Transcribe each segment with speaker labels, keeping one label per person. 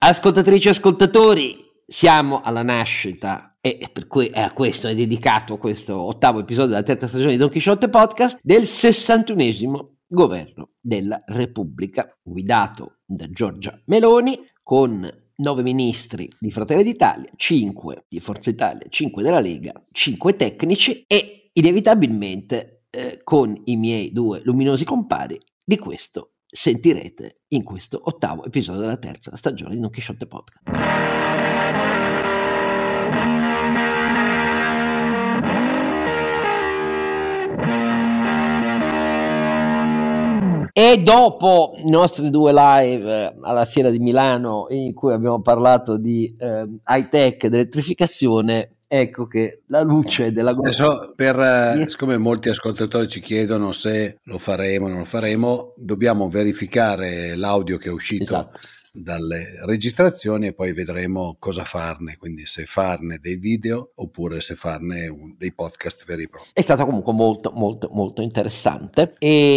Speaker 1: Ascoltatrici e ascoltatori, siamo alla nascita, e per cui a questo è dedicato questo 8° episodio della 3ª stagione di Don Chisciotte Podcast, del 61esimo governo della Repubblica, guidato da Giorgia Meloni, con 9 ministri di Fratelli d'Italia, 5 di Forza Italia, 5 della Lega, 5 tecnici e inevitabilmente con i miei 2 luminosi compari. Di questo sentirete in questo 8° episodio della 3ª stagione di Don Chisciotte Podcast. E dopo i nostri 2 live alla Fiera di Milano, in cui abbiamo parlato di high tech ed elettrificazione, ecco che la luce della
Speaker 2: adesso siccome molti ascoltatori ci chiedono se lo faremo o non lo faremo, dobbiamo verificare l'audio che è uscito, esatto, dalle registrazioni, e poi vedremo cosa farne, quindi se farne dei video oppure se farne dei podcast veri e propri.
Speaker 1: È stato comunque molto molto molto interessante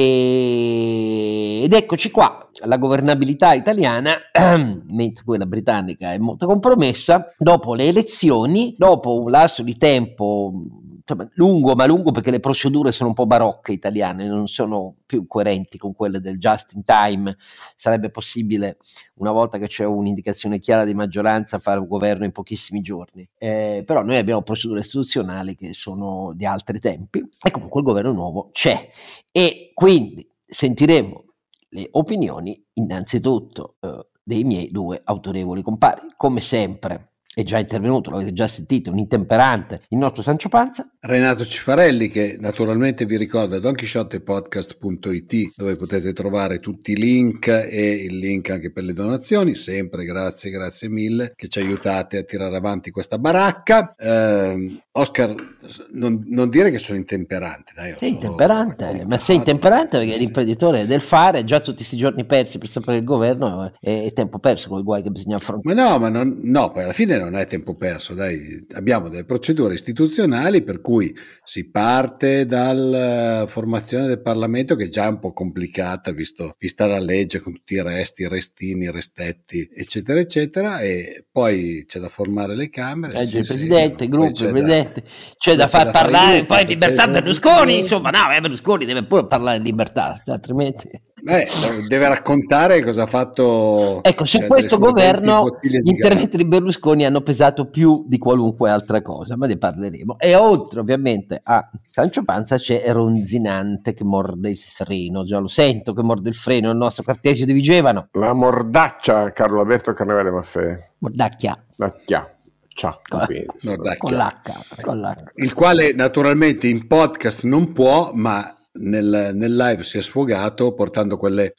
Speaker 1: ed eccoci qua, la governabilità italiana mentre quella britannica è molto compromessa dopo le elezioni, dopo un lasso di tempo lungo, ma lungo perché le procedure sono un po' barocche italiane, non sono più coerenti con quelle del just in time. Sarebbe possibile, una volta che c'è un'indicazione chiara di maggioranza, fare un governo in pochissimi giorni, però noi abbiamo procedure istituzionali che sono di altri tempi e comunque il governo nuovo c'è, e quindi sentiremo le opinioni innanzitutto dei miei 2 autorevoli compari. Come sempre è già intervenuto, l'avete già sentito, un intemperante, il nostro Sancio Panza,
Speaker 2: Renato Cifarelli, che naturalmente vi ricorda donchisciottepodcast.it, dove potete trovare tutti i link e il link anche per le donazioni. Sempre grazie mille che ci aiutate a tirare avanti questa baracca. Oscar, non dire che sono intemperante, dai.
Speaker 1: Sei intemperante, ma sei intemperante perché l'imprenditore del fare, già tutti questi giorni persi per sapere il governo è tempo perso con i guai che bisogna affrontare.
Speaker 2: Ma no, poi alla fine non è tempo perso, dai, abbiamo delle procedure istituzionali per cui si parte dalla formazione del Parlamento, che è già un po' complicata vista la legge con tutti i resti, restini, restetti, eccetera eccetera, e poi c'è da formare le Camere,
Speaker 1: il Presidente, i gruppi, il Presidente, c'è da
Speaker 2: far
Speaker 1: parlare poi di libertà Berlusconi, insomma, no, Berlusconi deve pure parlare di libertà, altrimenti...
Speaker 2: deve raccontare cosa ha fatto.
Speaker 1: Ecco, su questo governo gli interventi di Berlusconi hanno pesato più di qualunque altra cosa, ma ne parleremo. E oltre ovviamente a Sancio Panza c'è Ronzinante che morde il freno, già lo sento che morde il freno il nostro Cartesio di Vigevano.
Speaker 3: La mordaccia, Carlo Alberto Carnevale Maffè.
Speaker 1: Mordacchia. Con l'H.
Speaker 2: Il quale naturalmente in podcast non può, ma nel live si è sfogato portando quelle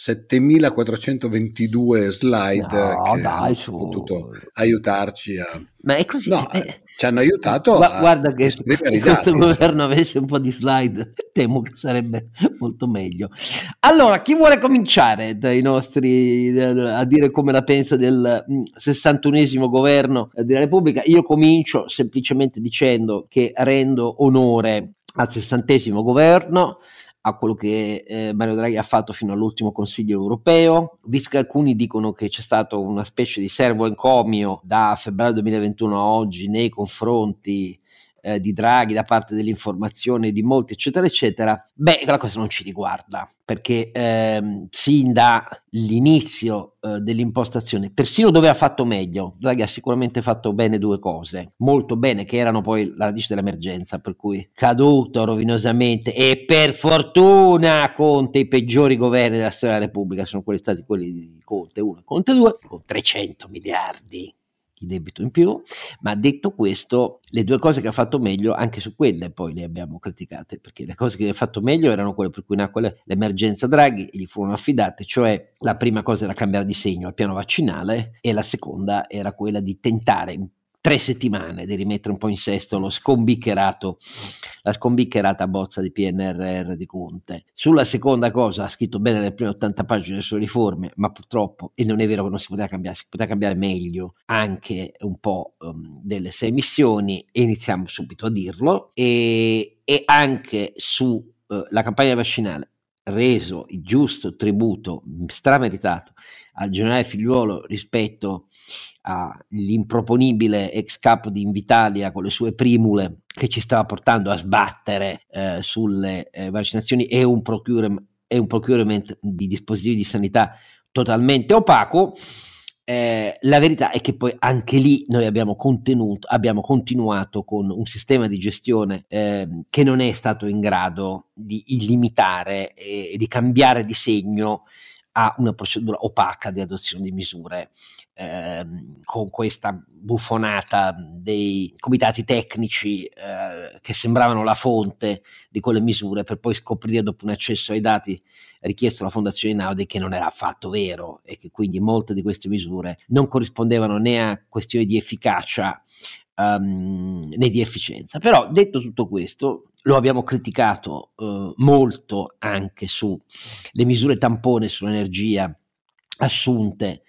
Speaker 2: 7422 slide che hanno potuto aiutarci a...
Speaker 1: Ma è così,
Speaker 2: ci hanno aiutato
Speaker 1: guarda che se questo governo avesse un po' di slide temo che sarebbe molto meglio. Allora, chi vuole cominciare dai nostri a dire come la pensa del 61esimo governo della Repubblica? Io comincio semplicemente dicendo che rendo onore al 60esimo governo, a quello che Mario Draghi ha fatto fino all'ultimo Consiglio europeo, visto che alcuni dicono che c'è stato una specie di servo encomio da febbraio 2021 a oggi nei confronti di Draghi da parte dell'informazione di molti eccetera eccetera, la cosa non ci riguarda, perché sin dall'inizio dell'impostazione, persino dove ha fatto meglio, Draghi ha sicuramente fatto bene 2 cose, molto bene, che erano poi la radice dell'emergenza, per cui caduto rovinosamente, e per fortuna Conte, i peggiori governi della storia della Repubblica sono stati quelli di Conte 1 e Conte 2, con 300 miliardi di debito in più. Ma detto questo, le 2 cose che ha fatto meglio, anche su quelle poi le abbiamo criticate, perché le cose che ha fatto meglio erano quelle per cui nacque l'emergenza Draghi e gli furono affidate, cioè la prima cosa era cambiare di segno al piano vaccinale e la seconda era quella di tentare 3 settimane di rimettere un po' in sesto la scombiccherata bozza di PNRR di Conte. Sulla seconda cosa ha scritto bene le prime 80 pagine delle sue riforme, ma purtroppo, e non è vero che non si poteva cambiare, si poteva cambiare meglio anche un po' delle 6 missioni, e iniziamo subito a dirlo, e anche su la campagna vaccinale reso il giusto tributo strameritato al generale Figliuolo rispetto all'improponibile ex capo di Invitalia con le sue primule che ci stava portando a sbattere sulle vaccinazioni e un procurement di dispositivi di sanità totalmente opaco. La verità è che poi anche lì noi abbiamo continuato con un sistema di gestione che non è stato in grado di illimitare e di cambiare di segno a una procedura opaca di adozione di misure, con questa buffonata dei comitati tecnici che sembravano la fonte di quelle misure, per poi scoprire dopo un accesso ai dati richiesto alla Fondazione Einaudi che non era affatto vero e che quindi molte di queste misure non corrispondevano né a questioni di efficacia né di efficienza. Però detto tutto questo, lo abbiamo criticato molto anche sulle misure tampone sull'energia assunte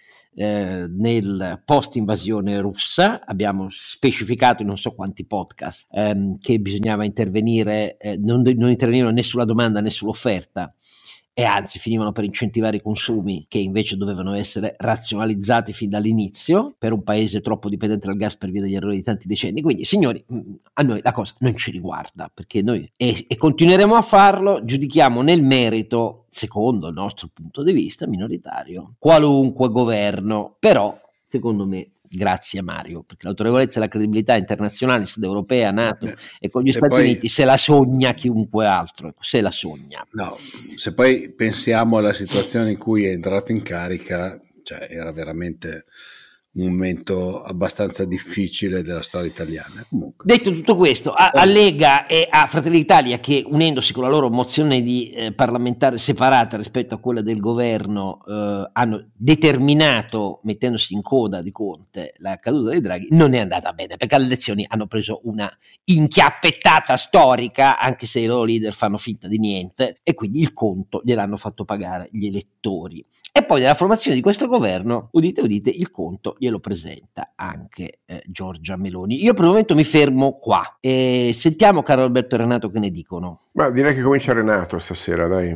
Speaker 1: nel post invasione russa. Abbiamo specificato in non so quanti podcast che bisognava intervenire, non intervenivano né sulla domanda né sull'offerta, e anzi finivano per incentivare i consumi che invece dovevano essere razionalizzati fin dall'inizio per un paese troppo dipendente dal gas per via degli errori di tanti decenni. Quindi signori, a noi la cosa non ci riguarda, perché noi e continueremo a farlo, giudichiamo nel merito, secondo il nostro punto di vista minoritario, qualunque governo. Però secondo me, grazie a Mario, perché l'autorevolezza e la credibilità internazionale in sede europea, NATO e con gli Stati Uniti se la sogna chiunque altro, se la sogna.
Speaker 2: No, se poi pensiamo alla situazione in cui è entrato in carica, cioè era veramente un momento abbastanza difficile della storia italiana. Comunque.
Speaker 1: Detto tutto questo, a Lega e a Fratelli d'Italia, che unendosi con la loro mozione di parlamentare separata rispetto a quella del governo hanno determinato, mettendosi in coda di Conte, la caduta di Draghi, non è andata bene, perché alle elezioni hanno preso una inchiappettata storica, anche se i loro leader fanno finta di niente, e quindi il conto gliel'hanno fatto pagare gli elettori. E poi nella formazione di questo governo, udite udite, il conto glielo presenta anche Giorgia Meloni. Io per il momento mi fermo qua e sentiamo caro Alberto e Renato che ne dicono.
Speaker 3: Ma direi che comincia Renato stasera, dai.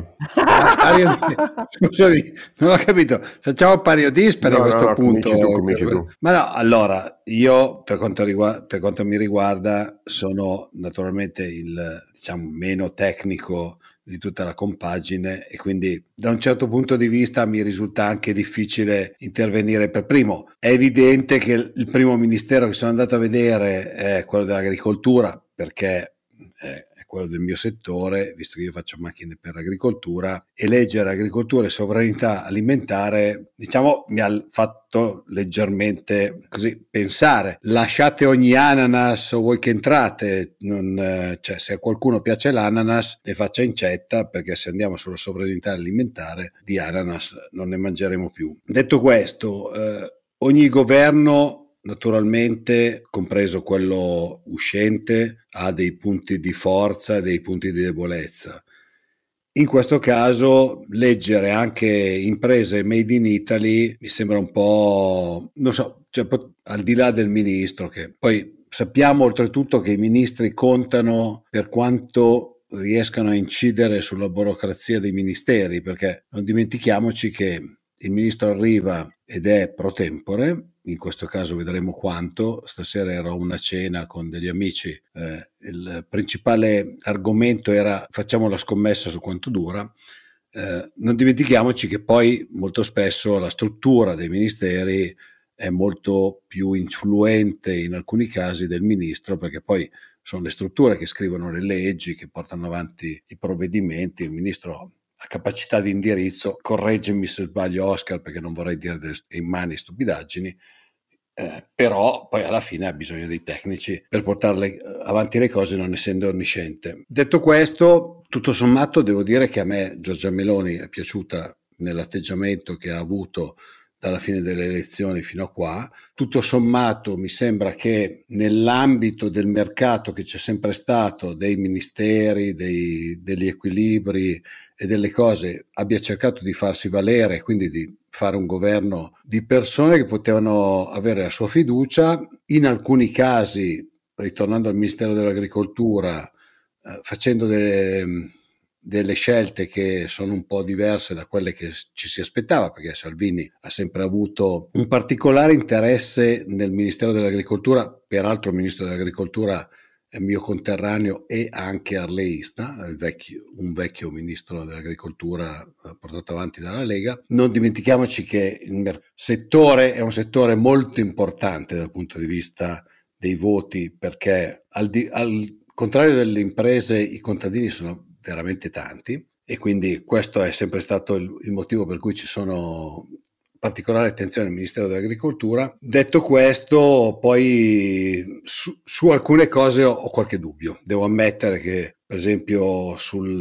Speaker 2: Scusami, non ho capito. Facciamo pario dispari a questo punto.
Speaker 3: Cominci tu.
Speaker 2: Ma no, allora, io per quanto mi riguarda sono naturalmente il meno tecnico di tutta la compagine e quindi da un certo punto di vista mi risulta anche difficile intervenire per primo. È evidente che il primo ministero che sono andato a vedere è quello dell'agricoltura, perché è quello del mio settore, visto che io faccio macchine per l'agricoltura, e leggere agricoltura e sovranità alimentare, mi ha fatto leggermente così pensare. Lasciate ogni ananas o voi che entrate, se a qualcuno piace l'ananas le faccia incetta, perché se andiamo sulla sovranità alimentare di ananas non ne mangeremo più. Detto questo, ogni governo, naturalmente, compreso quello uscente, ha dei punti di forza e dei punti di debolezza. In questo caso, leggere anche imprese made in Italy mi sembra un po', non so, al di là del ministro, che poi sappiamo oltretutto che i ministri contano per quanto riescano a incidere sulla burocrazia dei ministeri, perché non dimentichiamoci che il ministro arriva ed è pro tempore. In questo caso vedremo quanto. Stasera ero a una cena con degli amici, il principale argomento era facciamo la scommessa su quanto dura. Non dimentichiamoci che poi molto spesso la struttura dei ministeri è molto più influente in alcuni casi del ministro, perché poi sono le strutture che scrivono le leggi, che portano avanti i provvedimenti. Il ministro ha capacità di indirizzo, correggimi se sbaglio Oscar, perché non vorrei dire delle immani stupidaggini, però poi alla fine ha bisogno dei tecnici per portarle avanti le cose, non essendo onnisciente. Detto questo, tutto sommato devo dire che a me Giorgia Meloni è piaciuta nell'atteggiamento che ha avuto dalla fine delle elezioni fino a qua. Tutto sommato mi sembra che nell'ambito del mercato che c'è sempre stato, dei ministeri, degli equilibri e delle cose, abbia cercato di farsi valere, quindi di fare un governo di persone che potevano avere la sua fiducia. In alcuni casi, ritornando al Ministero dell'Agricoltura, facendo delle delle scelte che sono un po' diverse da quelle che ci si aspettava, perché Salvini ha sempre avuto un particolare interesse nel Ministero dell'Agricoltura, peraltro il Ministro dell'Agricoltura è mio conterraneo e anche arleista, un vecchio Ministro dell'Agricoltura portato avanti dalla Lega. Non dimentichiamoci che il settore è un settore molto importante dal punto di vista dei voti, perché al contrario delle imprese, i contadini sono veramente tanti e quindi questo è sempre stato il motivo per cui ci sono particolare attenzione al Ministero dell'Agricoltura. Detto questo, poi su alcune cose ho qualche dubbio. Devo ammettere che, per esempio,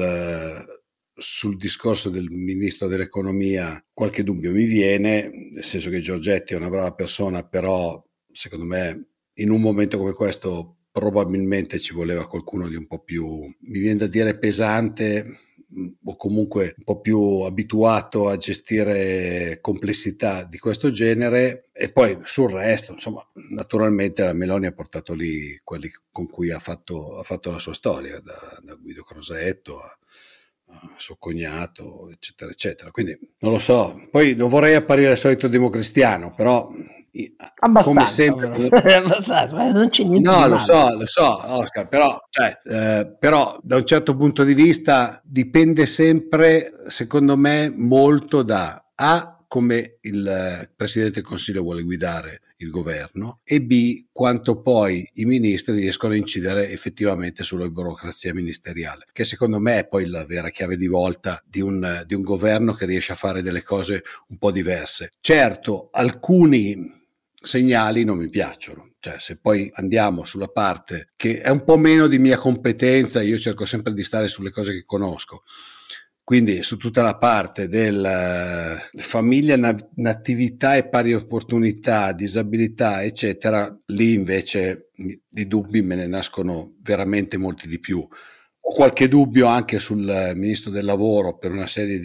Speaker 2: sul discorso del Ministro dell'Economia qualche dubbio mi viene, nel senso che Giorgetti è una brava persona, però secondo me in un momento come questo probabilmente ci voleva qualcuno di un po' più, mi viene da dire, pesante, o comunque un po' più abituato a gestire complessità di questo genere. E poi sul resto, insomma, naturalmente la Meloni ha portato lì quelli con cui ha fatto la sua storia, da Guido Crosetto a suo cognato, eccetera eccetera. Quindi non lo so, poi non vorrei apparire il solito democristiano, però
Speaker 1: abbastanza,
Speaker 2: come sempre
Speaker 1: abbastanza, non c'è niente
Speaker 2: no,
Speaker 1: di
Speaker 2: lo
Speaker 1: male.
Speaker 2: so Oscar, però, però da un certo punto di vista dipende sempre, secondo me, molto da come il Presidente del Consiglio vuole guidare il governo, e B, quanto poi i ministri riescono a incidere effettivamente sulla burocrazia ministeriale, che secondo me è poi la vera chiave di volta di un governo che riesce a fare delle cose un po' diverse. Certo, alcuni segnali non mi piacciono, cioè se poi andiamo sulla parte che è un po' meno di mia competenza, io cerco sempre di stare sulle cose che conosco, quindi su tutta la parte del famiglia, natività e pari opportunità, disabilità eccetera, lì invece i dubbi me ne nascono veramente molti di più. Ho qualche dubbio anche sul Ministro del Lavoro per una serie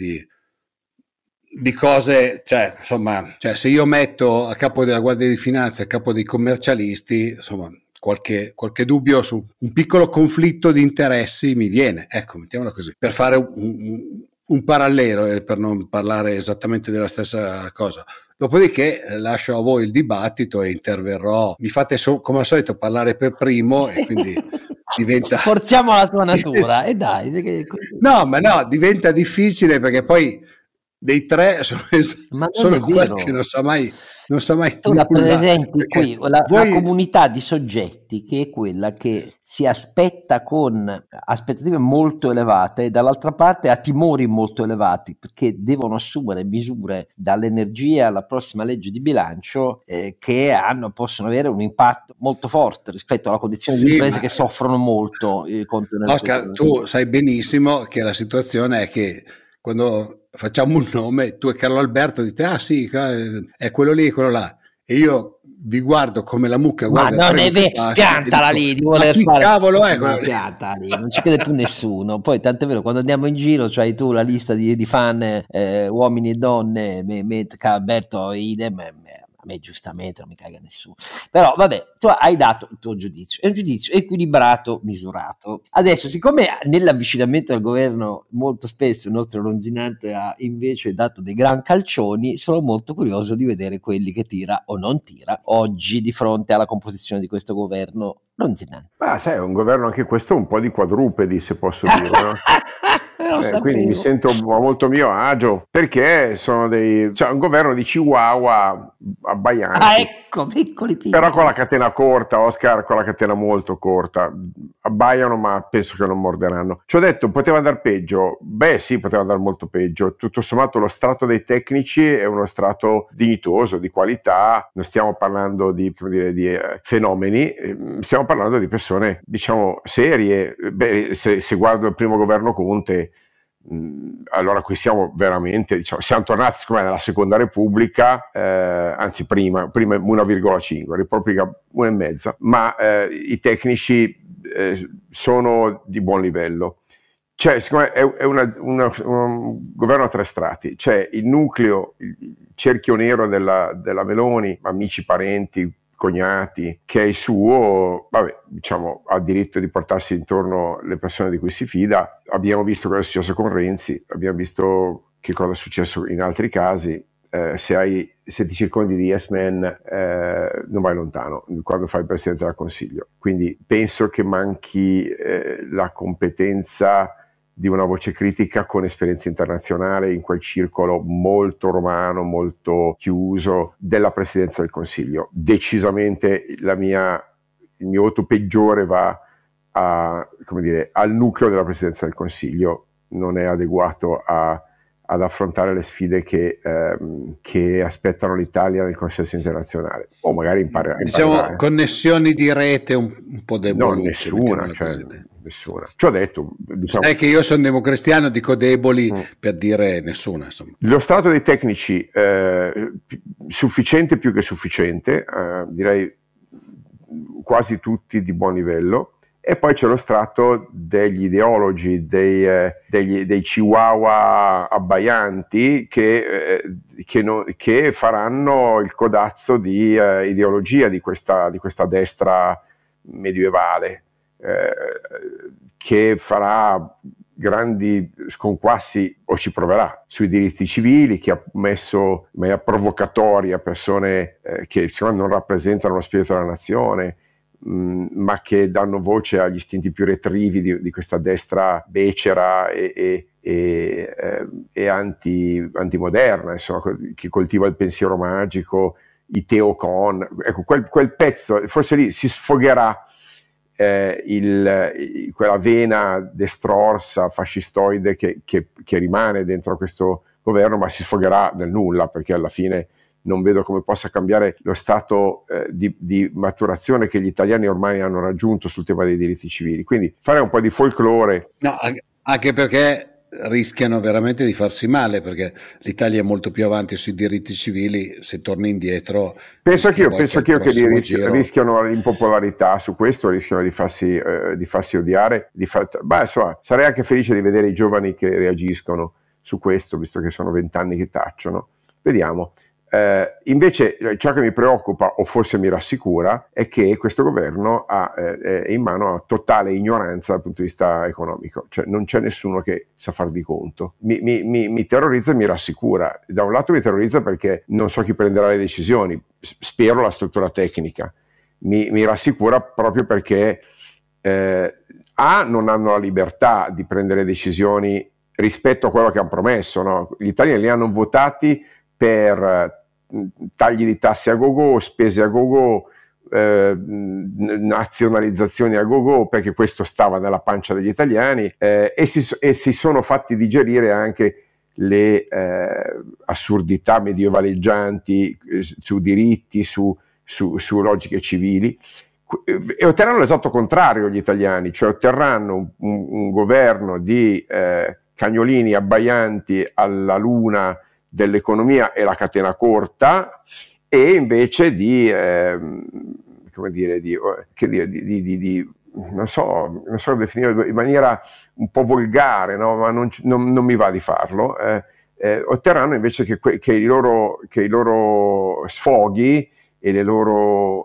Speaker 2: di cose, cioè insomma, cioè se io metto a capo della Guardia di Finanza, a capo dei commercialisti, insomma qualche dubbio su un piccolo conflitto di interessi mi viene, ecco, mettiamola così, per fare un parallelo e per non parlare esattamente della stessa cosa. Dopodiché lascio a voi il dibattito e interverrò, mi fate come al solito parlare per primo e quindi diventa
Speaker 1: forziamo la tua natura e dai
Speaker 2: no, ma no, diventa difficile perché poi dei tre sono quelli che non sa mai
Speaker 1: tu
Speaker 2: nulla,
Speaker 1: rappresenti qui la comunità di soggetti che è quella che si aspetta con aspettative molto elevate e dall'altra parte ha timori molto elevati perché devono assumere misure dall'energia alla prossima legge di bilancio che possono avere un impatto molto forte rispetto alla condizione di imprese che soffrono molto.
Speaker 2: Oscar, tu sai benissimo che la situazione è che quando facciamo un nome, tu e Carlo Alberto dite ah sì, è quello lì, quello là, e io vi guardo come la mucca guarda,
Speaker 1: ma non è vero, piantala lì, di voler
Speaker 2: chi
Speaker 1: fare
Speaker 2: cavolo è
Speaker 1: quello lì, non ci crede più nessuno. Poi tant'è vero, quando andiamo in giro c'hai tu la lista di fan uomini e donne, Alberto, idem, a me giustamente non mi caga nessuno, però vabbè, tu hai dato il tuo giudizio, è un giudizio equilibrato, misurato. Adesso, siccome nell'avvicinamento al governo molto spesso il nostro Lonzinante ha invece dato dei gran calcioni, sono molto curioso di vedere quelli che tira o non tira oggi di fronte alla composizione di questo governo Lonzinante.
Speaker 3: Sai, è un governo anche questo un po' di quadrupedi, se posso dire, no? Quindi mi sento molto mio agio perché sono un governo di chihuahua abbaianti,
Speaker 1: ecco, piccoli
Speaker 3: però con la catena corta, Oscar, con la catena molto corta, abbaiano ma penso che non morderanno. Ci ho detto, poteva andare peggio? Beh sì, poteva andare molto peggio. Tutto sommato lo strato dei tecnici è uno strato dignitoso, di qualità, non stiamo parlando di fenomeni, stiamo parlando di persone, diciamo, serie. Beh, se guardo il primo governo Conte, allora qui siamo veramente, siamo tornati secondo me nella seconda Repubblica, anzi prima 1,5, Repubblica 1,5, ma i tecnici sono di buon livello. Cioè, secondo me è un governo a tre strati. C'è il nucleo, il cerchio nero della Meloni, amici, parenti, cognati, che è il suo, ha diritto di portarsi intorno le persone di cui si fida. Abbiamo visto cosa è successo con Renzi, abbiamo visto che cosa è successo in altri casi. Se ti circondi di yes men, non vai lontano quando fai il Presidente del Consiglio. Quindi penso che manchi la competenza di una voce critica con esperienza internazionale in quel circolo molto romano, molto chiuso della Presidenza del Consiglio. Decisamente il mio voto peggiore va al nucleo della Presidenza del Consiglio, non è adeguato ad affrontare le sfide che aspettano l'Italia nel consesso internazionale, o magari
Speaker 2: diciamo connessioni di rete un po' deboli.
Speaker 3: No, nessuna. Ci ho detto,
Speaker 2: sai che io sono democristiano, dico deboli per dire nessuna, insomma.
Speaker 3: Lo strato dei tecnici sufficiente, più che sufficiente, direi quasi tutti di buon livello. E poi c'è lo strato degli ideologi, dei chihuahua abbaianti che faranno il codazzo di ideologia di questa destra medievale, che farà grandi sconquassi o ci proverà sui diritti civili, che ha messo in maniera provocatoria persone che secondo me non rappresentano lo spirito della nazione, ma che danno voce agli istinti più retrivi di questa destra becera e antimoderna, insomma, che coltiva il pensiero magico, i teocon. Ecco, quel pezzo, forse lì si sfogherà quella vena destrorsa, fascistoide che rimane dentro questo governo, ma si sfogherà nel nulla, perché alla fine non vedo come possa cambiare lo stato di maturazione che gli italiani ormai hanno raggiunto sul tema dei diritti civili. Quindi fare un po' di folklore.
Speaker 2: No, anche perché rischiano veramente di farsi male, perché l'Italia è molto più avanti sui diritti civili. Se torni indietro,
Speaker 3: penso anch'io che rischiano l'impopolarità su questo, rischiano di farsi odiare. Insomma, sarei anche felice di vedere i giovani che reagiscono su questo, visto che sono 20 anni che tacciono. Vediamo. Invece ciò che mi preoccupa, o forse mi rassicura, è che questo governo è in mano a totale ignoranza dal punto di vista economico, cioè non c'è nessuno che sa far di conto. Mi terrorizza e mi rassicura. Da un lato mi terrorizza perché non so chi prenderà le decisioni, spero la struttura tecnica. Mi rassicura proprio perché non hanno la libertà di prendere decisioni rispetto a quello che hanno promesso, no? Gli italiani li hanno votati per tagli di tasse a go-go, spese a go-go, nazionalizzazioni a go-go, perché questo stava nella pancia degli italiani, e si sono fatti digerire anche le assurdità medievaleggianti su diritti, su logiche civili, e otterranno l'esatto contrario gli italiani, cioè otterranno un governo di cagnolini abbaianti alla luna dell'economia e la catena corta, e invece non so definire in maniera un po' volgare, no? Ma non mi va di farlo. Otterranno invece che i loro sfoghi e le loro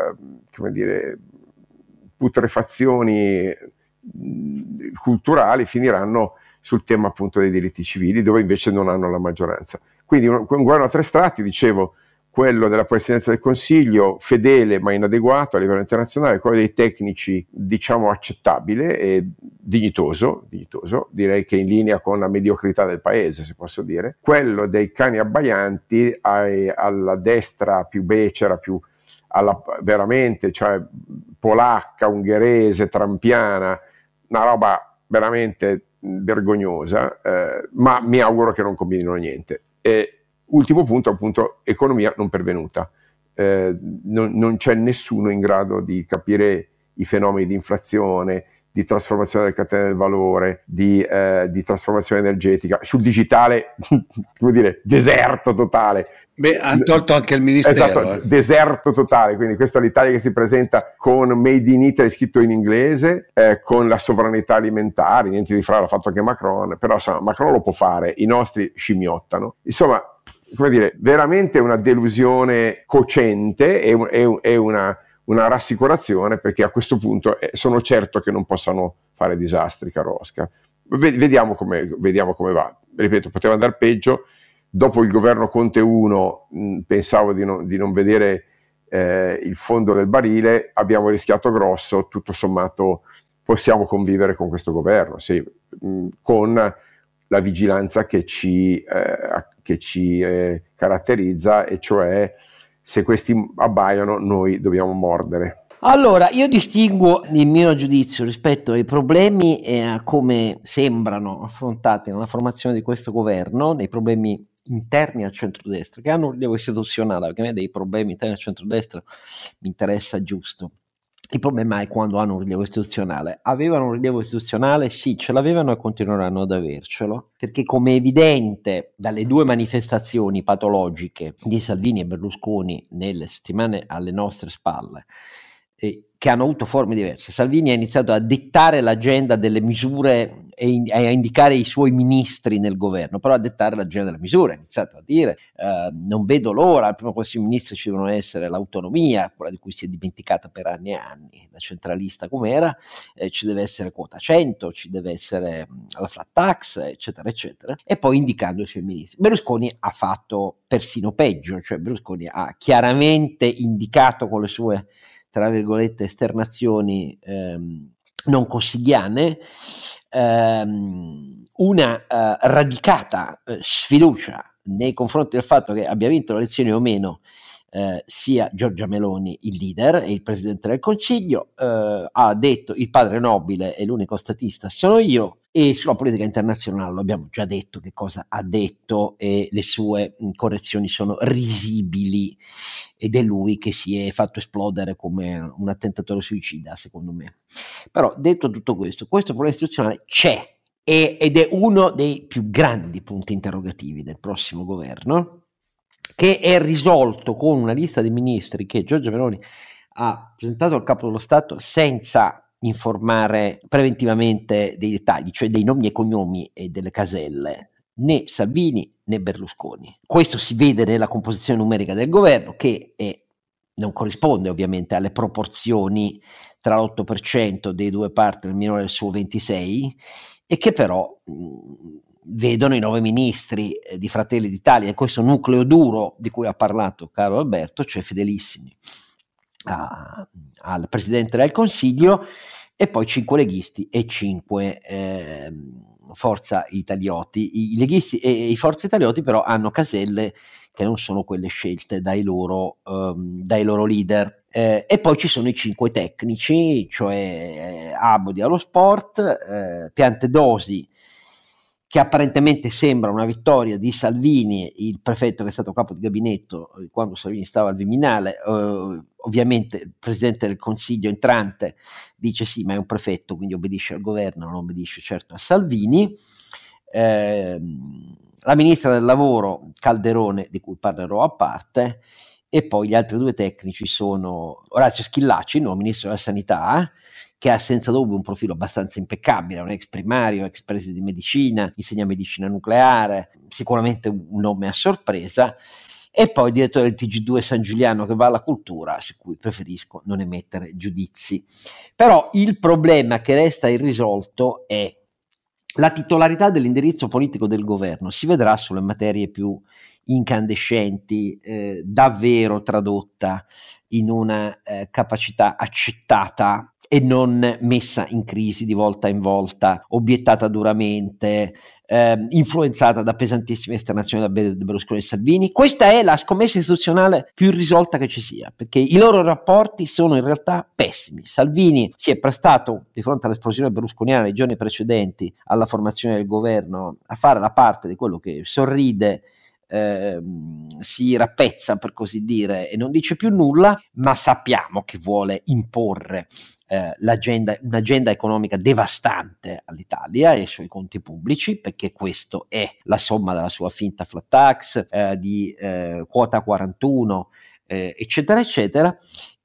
Speaker 3: putrefazioni culturali finiranno sul tema appunto dei diritti civili, dove invece non hanno la maggioranza. Quindi un governo a tre strati, dicevo, quello della Presidenza del Consiglio fedele ma inadeguato a livello internazionale, quello dei tecnici diciamo accettabile e dignitoso, direi che in linea con la mediocrità del paese, se posso dire, quello dei cani abbaianti alla destra più becera, più veramente, cioè polacca, ungherese, trampiana, una roba veramente vergognosa, ma mi auguro che non combinino niente. Ultimo punto, appunto, economia non pervenuta. Non c'è nessuno in grado di capire i fenomeni di inflazione, di trasformazione delle catene del valore, di trasformazione energetica. Sul digitale, come dire, deserto totale.
Speaker 2: Hanno tolto anche il ministero.
Speaker 3: Esatto, deserto totale. Quindi questa è l'Italia che si presenta con Made in Italy scritto in inglese, con la sovranità alimentare, niente di fra, l'ha fatto anche Macron, però insomma, Macron lo può fare, i nostri scimmiottano. Insomma, come dire, veramente una delusione cocente e una rassicurazione, perché a questo punto sono certo che non possano fare disastri, caro Oscar. Vediamo come va. Ripeto, poteva andare peggio. Dopo il governo Conte 1 pensavo di non vedere il fondo del barile, abbiamo rischiato grosso, tutto sommato possiamo convivere con questo governo, sì, con la vigilanza che ci caratterizza, e cioè se questi abbaiano noi dobbiamo mordere.
Speaker 1: Allora, io distinguo il mio giudizio rispetto ai problemi e a come sembrano affrontati nella formazione di questo governo, nei problemi interni al centrodestra, che hanno un rilievo istituzionale, perché a me dei problemi interni al centrodestra mi interessa giusto. Il problema è quando hanno un rilievo istituzionale. Avevano un rilievo istituzionale? Sì, ce l'avevano e continueranno ad avercelo, perché come è evidente dalle due manifestazioni patologiche di Salvini e Berlusconi nelle settimane alle nostre spalle, che hanno avuto forme diverse. Salvini ha iniziato a dettare l'agenda delle misure e a indicare i suoi ministri nel governo, però a dettare l'agenda delle misure, ha iniziato a dire non vedo l'ora, al primo Consiglio dei Ministri ci devono essere l'autonomia, quella di cui si è dimenticata per anni e anni, da centralista com'era, ci deve essere quota 100, ci deve essere la flat tax, eccetera, eccetera, e poi indicando i suoi ministri. Berlusconi ha fatto persino peggio, cioè Berlusconi ha chiaramente indicato con le sue, tra virgolette, esternazioni non cossigliane, una radicata sfiducia nei confronti del fatto che abbia vinto le elezioni o meno sia Giorgia Meloni il leader e il Presidente del Consiglio, ha detto il padre nobile e l'unico statista sono io, e sulla politica internazionale lo abbiamo già detto che cosa ha detto e le sue correzioni sono risibili, ed è lui che si è fatto esplodere come un attentatore suicida, secondo me. Però detto tutto questo problema istituzionale c'è ed è uno dei più grandi punti interrogativi del prossimo governo, che è risolto con una lista di ministri che Giorgia Meloni ha presentato al Capo dello Stato senza informare preventivamente dei dettagli, cioè dei nomi e cognomi e delle caselle, né Salvini né Berlusconi. Questo si vede nella composizione numerica del governo, che non corrisponde ovviamente alle proporzioni tra l'8% dei due partner minore del suo 26%, e che però vedono i 9 ministri di Fratelli d'Italia e questo nucleo duro di cui ha parlato caro Alberto, cioè fedelissimi al Presidente del Consiglio, e poi 5 leghisti e 5 Forza Italioti. I leghisti e i Forza Italioti però hanno caselle che non sono quelle scelte dai loro leader. E poi ci sono i 5 tecnici, cioè Abodi allo sport, Piantedosi, che apparentemente sembra una vittoria di Salvini, il prefetto che è stato capo di gabinetto quando Salvini stava al Viminale. Ovviamente il Presidente del Consiglio entrante dice sì, ma è un prefetto, quindi obbedisce al governo, non obbedisce certo a Salvini. La ministra del lavoro Calderone, di cui parlerò a parte, e poi gli altri 2 tecnici sono Orazio Schillaci, nuovo ministro della sanità, che ha senza dubbio un profilo abbastanza impeccabile, un ex primario, ex preside di medicina, insegna medicina nucleare, sicuramente un nome a sorpresa, e poi il direttore del TG2 San Giuliano che va alla cultura, su cui preferisco non emettere giudizi. Però il problema che resta irrisolto è la titolarità dell'indirizzo politico del governo. Si vedrà sulle materie più incandescenti, davvero tradotta in una capacità accettata e non messa in crisi di volta in volta, obiettata duramente, influenzata da pesantissime esternazioni da Berlusconi e Salvini. Questa è la scommessa istituzionale più irrisolta che ci sia, perché i loro rapporti sono in realtà pessimi. Salvini si è prestato, di fronte all'esplosione berlusconiana nei giorni precedenti alla formazione del governo, a fare la parte di quello che sorride, si rappezza per così dire e non dice più nulla, ma sappiamo che vuole imporre un'agenda economica devastante all'Italia e ai suoi conti pubblici, perché questo è la somma della sua finta flat tax, di quota 41, eccetera eccetera,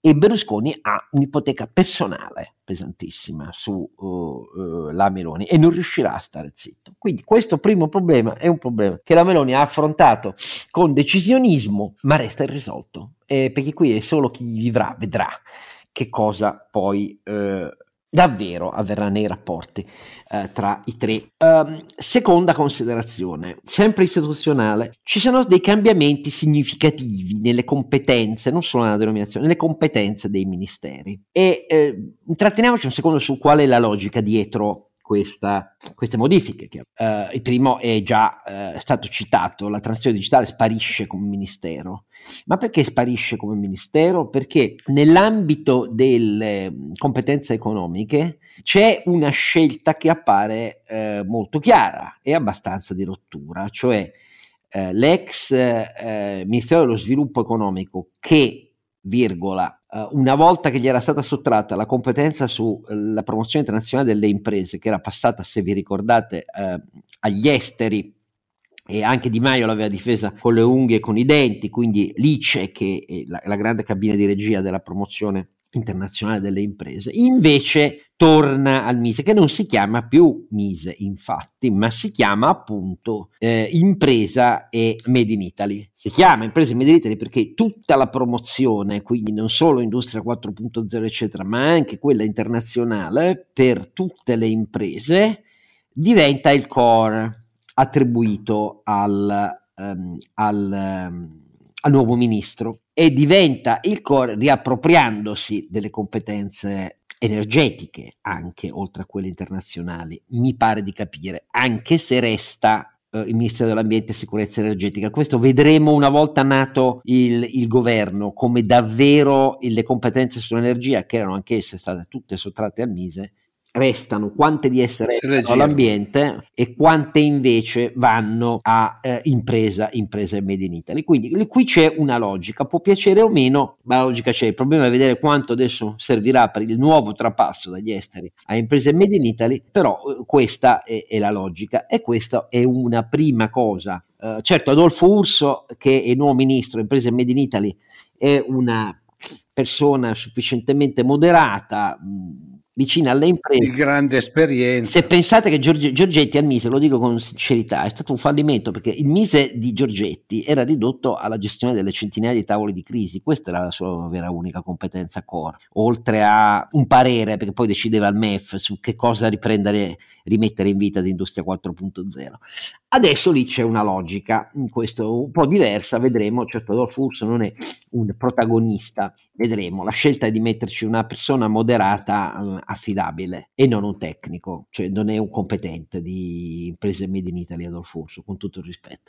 Speaker 1: e Berlusconi ha un'ipoteca personale pesantissima su la Meloni e non riuscirà a stare zitto. Quindi questo primo problema è un problema che la Meloni ha affrontato con decisionismo, ma resta irrisolto, perché qui è solo chi vivrà vedrà che cosa poi davvero avverrà nei rapporti tra i tre. Seconda considerazione, sempre istituzionale, ci sono dei cambiamenti significativi nelle competenze, non solo nella denominazione, nelle competenze dei ministeri. E intratteniamoci un secondo su qual è la logica dietro queste modifiche. Il primo è già stato citato: la transizione digitale sparisce come ministero. Ma perché sparisce come ministero? Perché nell'ambito delle competenze economiche c'è una scelta che appare molto chiara e abbastanza di rottura, cioè l'ex Ministero dello Sviluppo Economico che, virgola, una volta che gli era stata sottratta la competenza sulla promozione internazionale delle imprese, che era passata, se vi ricordate, agli esteri, e anche Di Maio l'aveva difesa con le unghie e con i denti, quindi l'ICE, che è la grande cabina di regia della promozione internazionale delle imprese, invece torna al Mise, che non si chiama più Mise infatti, ma si chiama appunto Impresa e Made in Italy. Si chiama Impresa e Made in Italy perché tutta la promozione, quindi non solo Industria 4.0 eccetera, ma anche quella internazionale per tutte le imprese, diventa il core attribuito al nuovo ministro, e diventa il core riappropriandosi delle competenze energetiche anche, oltre a quelle internazionali, mi pare di capire, anche se resta il Ministero dell'Ambiente e Sicurezza Energetica. Questo vedremo una volta nato il governo, come davvero le competenze sull'energia, che erano anch'esse state tutte sottratte al Mise, restano, quante di esse restano all'ambiente e quante invece vanno a impresa e Made in Italy. Quindi qui c'è una logica, può piacere o meno, ma la logica c'è. Il problema è vedere quanto adesso servirà per il nuovo trapasso dagli esteri a imprese Made in Italy, però questa è la logica, e questa è una prima cosa. Certo, Adolfo Urso, che è il nuovo ministro imprese Made in Italy, è una persona sufficientemente moderata, vicina alle imprese,
Speaker 2: di grande esperienza.
Speaker 1: Se pensate che Giorgetti al Mise, lo dico con sincerità, è stato un fallimento, perché il Mise di Giorgetti era ridotto alla gestione delle centinaia di tavoli di crisi. Questa era la sua vera unica competenza core, oltre a un parere, perché poi decideva il MEF su che cosa rimettere in vita di Industria 4.0. Adesso lì c'è una logica, questo un po' diversa, vedremo. Certo, Adolfo Urso non è un protagonista, vedremo. La scelta è di metterci una persona moderata, affidabile, e non un tecnico, cioè non è un competente di imprese Made in Italy Adolfo Urso, con tutto il rispetto.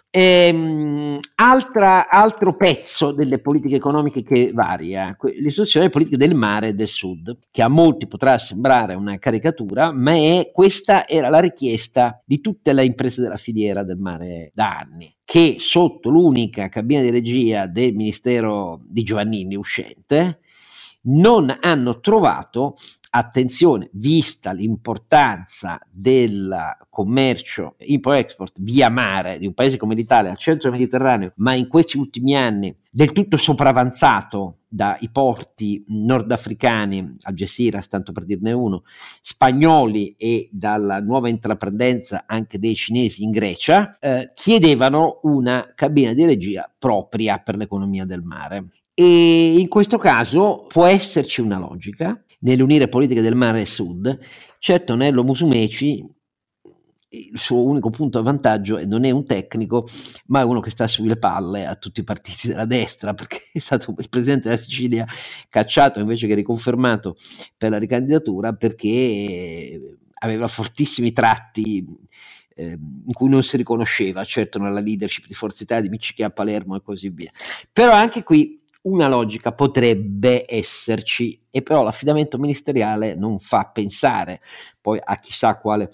Speaker 1: Altro pezzo delle politiche economiche che varia, l'istituzione delle politiche del mare e del sud, che a molti potrà sembrare una caricatura, ma questa era la richiesta di tutte le imprese della filiera del mare da anni, che sotto l'unica cabina di regia del Ministero di Giovannini uscente non hanno trovato, attenzione, vista l'importanza del commercio import-export via mare di un paese come l'Italia al centro Mediterraneo, ma in questi ultimi anni del tutto sopravanzato dai porti nordafricani, Algeciras tanto per dirne uno, spagnoli, e dalla nuova intraprendenza anche dei cinesi in Grecia, chiedevano una cabina di regia propria per l'economia del mare. E in questo caso può esserci una logica nell'unire politiche del mare e sud. Certo, Nello Musumeci, il suo unico punto a vantaggio non è un tecnico, ma è uno che sta sulle palle a tutti i partiti della destra, perché è stato il presidente della Sicilia cacciato invece che riconfermato per la ricandidatura, perché aveva fortissimi tratti in cui non si riconosceva, certo, nella leadership di Forza Italia, di Miccichè a Palermo e così via. Però anche qui una logica potrebbe esserci, e però l'affidamento ministeriale non fa pensare poi a chissà quale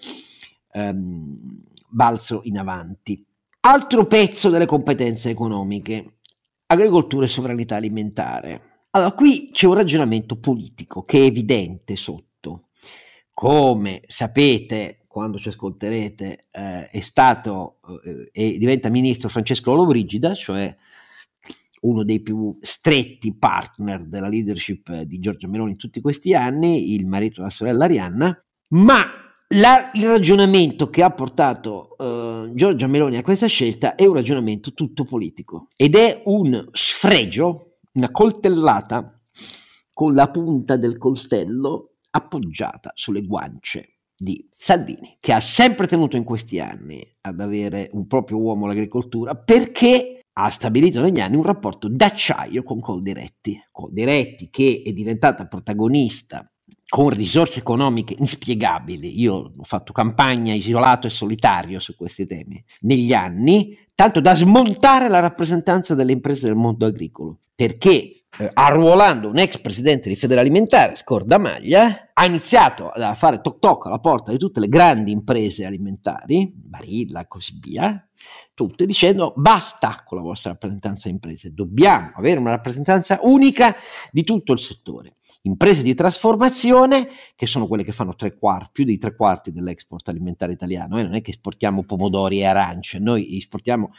Speaker 1: balzo in avanti. Altro pezzo delle competenze economiche: agricoltura e sovranità alimentare. Allora, qui c'è un ragionamento politico che è evidente sotto. Come sapete, quando ci ascolterete, è stato e diventa ministro Francesco Lollobrigida, cioè uno dei più stretti partner della leadership di Giorgia Meloni in tutti questi anni, il marito della sorella Arianna, ma il ragionamento che ha portato Giorgia Meloni a questa scelta è un ragionamento tutto politico ed è un sfregio, una coltellata con la punta del coltello appoggiata sulle guance di Salvini, che ha sempre tenuto in questi anni ad avere un proprio uomo all'agricoltura, perché ha stabilito negli anni un rapporto d'acciaio con Coldiretti che è diventata protagonista con risorse economiche inspiegabili. Io ho fatto campagna isolato e solitario su questi temi negli anni, tanto da smontare la rappresentanza delle imprese del mondo agricolo, perché arruolando un ex presidente di Federalimentare, Scordamaglia, ha iniziato a fare toc toc alla porta di tutte le grandi imprese alimentari, Barilla e così via, tutte dicendo basta con la vostra rappresentanza di imprese, dobbiamo avere una rappresentanza unica di tutto il settore. Imprese di trasformazione, che sono quelle che fanno più di tre quarti dell'export alimentare italiano, non è che esportiamo pomodori e arance, noi esportiamo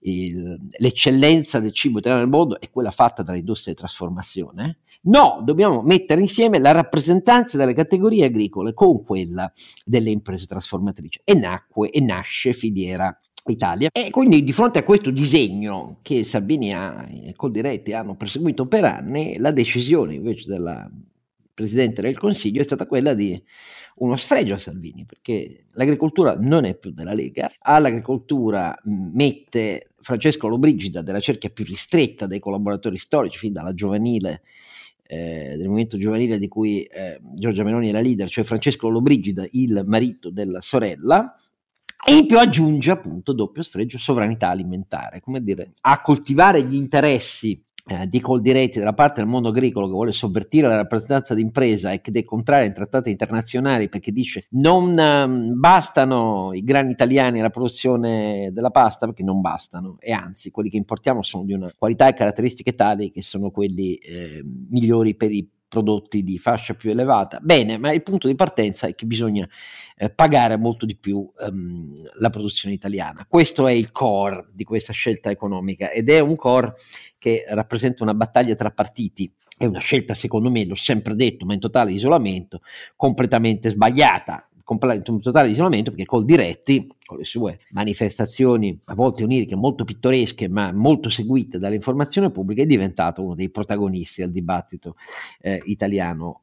Speaker 1: l'eccellenza del cibo italiano nel mondo è quella fatta dall'industria di trasformazione. No, dobbiamo mettere insieme la rappresentanza delle categorie agricole con quella delle imprese trasformatrici, e nasce Filiera Italia. E quindi di fronte a questo disegno che Salvini e Coldiretti hanno perseguito per anni, la decisione invece della Presidente del Consiglio è stata quella di uno sfregio a Salvini, perché l'agricoltura non è più della Lega, all'agricoltura mette Francesco Lollobrigida, della cerchia più ristretta dei collaboratori storici, fin dalla giovanile del movimento giovanile di cui Giorgia Meloni è la leader, cioè Francesco Lollobrigida, il marito della sorella. E in più aggiunge appunto doppio sfregio sovranità alimentare, come dire, a coltivare gli interessi di Coldiretti dalla parte del mondo agricolo, che vuole sovvertire la rappresentanza d'impresa e che è contraria ai trattati internazionali, perché dice non bastano i grani italiani alla produzione della pasta, perché non bastano, e anzi quelli che importiamo sono di una qualità e caratteristiche tali che sono quelli migliori per i prodotti di fascia più elevata. Bene, ma il punto di partenza è che bisogna pagare molto di più la produzione italiana. Questo è il core di questa scelta economica, ed è un core che rappresenta una battaglia tra partiti. È una scelta, secondo me, l'ho sempre detto, ma in totale isolamento, completamente sbagliata. In totale isolamento, perché Coldiretti, con le sue manifestazioni a volte oniriche, molto pittoresche ma molto seguite dall'informazione pubblica, è diventato uno dei protagonisti del dibattito italiano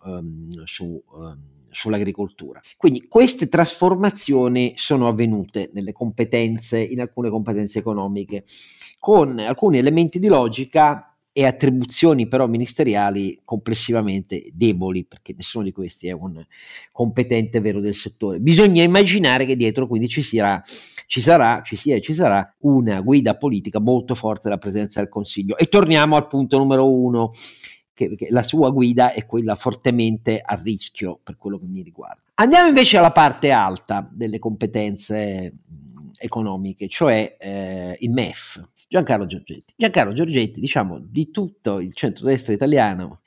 Speaker 1: sull'agricoltura. Quindi queste trasformazioni sono avvenute in alcune competenze economiche, con alcuni elementi di logica e attribuzioni però ministeriali complessivamente deboli, perché nessuno di questi è un competente vero del settore. Bisogna immaginare che dietro quindi ci sarà una guida politica molto forte della Presidenza del Consiglio. E torniamo al punto numero 1, che la sua guida è quella fortemente a rischio per quello che mi riguarda. Andiamo invece alla parte alta delle competenze economiche, cioè il MEF. Giancarlo Giorgetti, diciamo, di tutto il centrodestra italiano,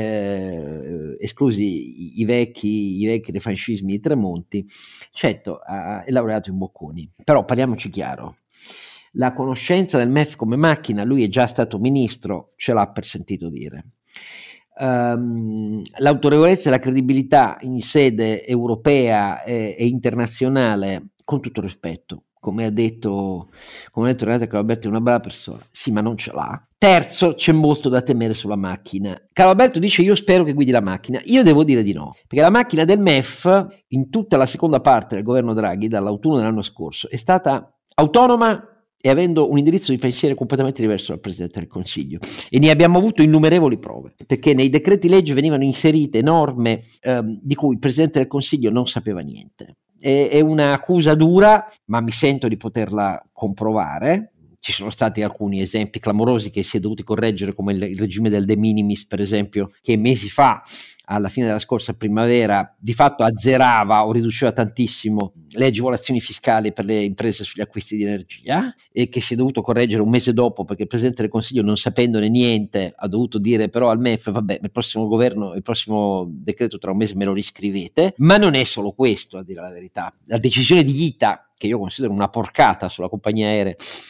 Speaker 1: esclusi i vecchi refanscismi di Tremonti, certo è laureato in Bocconi. Però parliamoci chiaro, la conoscenza del MEF come macchina, lui è già stato ministro, ce l'ha per sentito dire. L'autorevolezza e la credibilità in sede europea e internazionale, con tutto rispetto, come ha detto Renata Caroberto, è una brava persona, sì, ma non ce l'ha. Terzo, c'è molto da temere sulla macchina. Caroberto dice: io spero che guidi la macchina. Io devo dire di no, perché la macchina del MEF in tutta la seconda parte del governo Draghi, dall'autunno dell'anno scorso, è stata autonoma e avendo un indirizzo di pensiero completamente diverso dal Presidente del Consiglio, e ne abbiamo avuto innumerevoli prove, perché nei decreti legge venivano inserite norme di cui il Presidente del Consiglio non sapeva niente. È un'accusa dura, ma mi sento di poterla comprovare. Ci sono stati alcuni esempi clamorosi che si è dovuti correggere, come il regime del de minimis, per esempio, che mesi fa, alla fine della scorsa primavera, di fatto azzerava o riduceva tantissimo le agevolazioni fiscali per le imprese sugli acquisti di energia, e che si è dovuto correggere un mese dopo, perché il Presidente del Consiglio, non sapendone niente, ha dovuto dire però al MEF: vabbè, nel prossimo governo, il prossimo decreto tra un mese me lo riscrivete. Ma non è solo questo, a dire la verità. La decisione di ITA, che io considero una porcata sulla compagnia aerea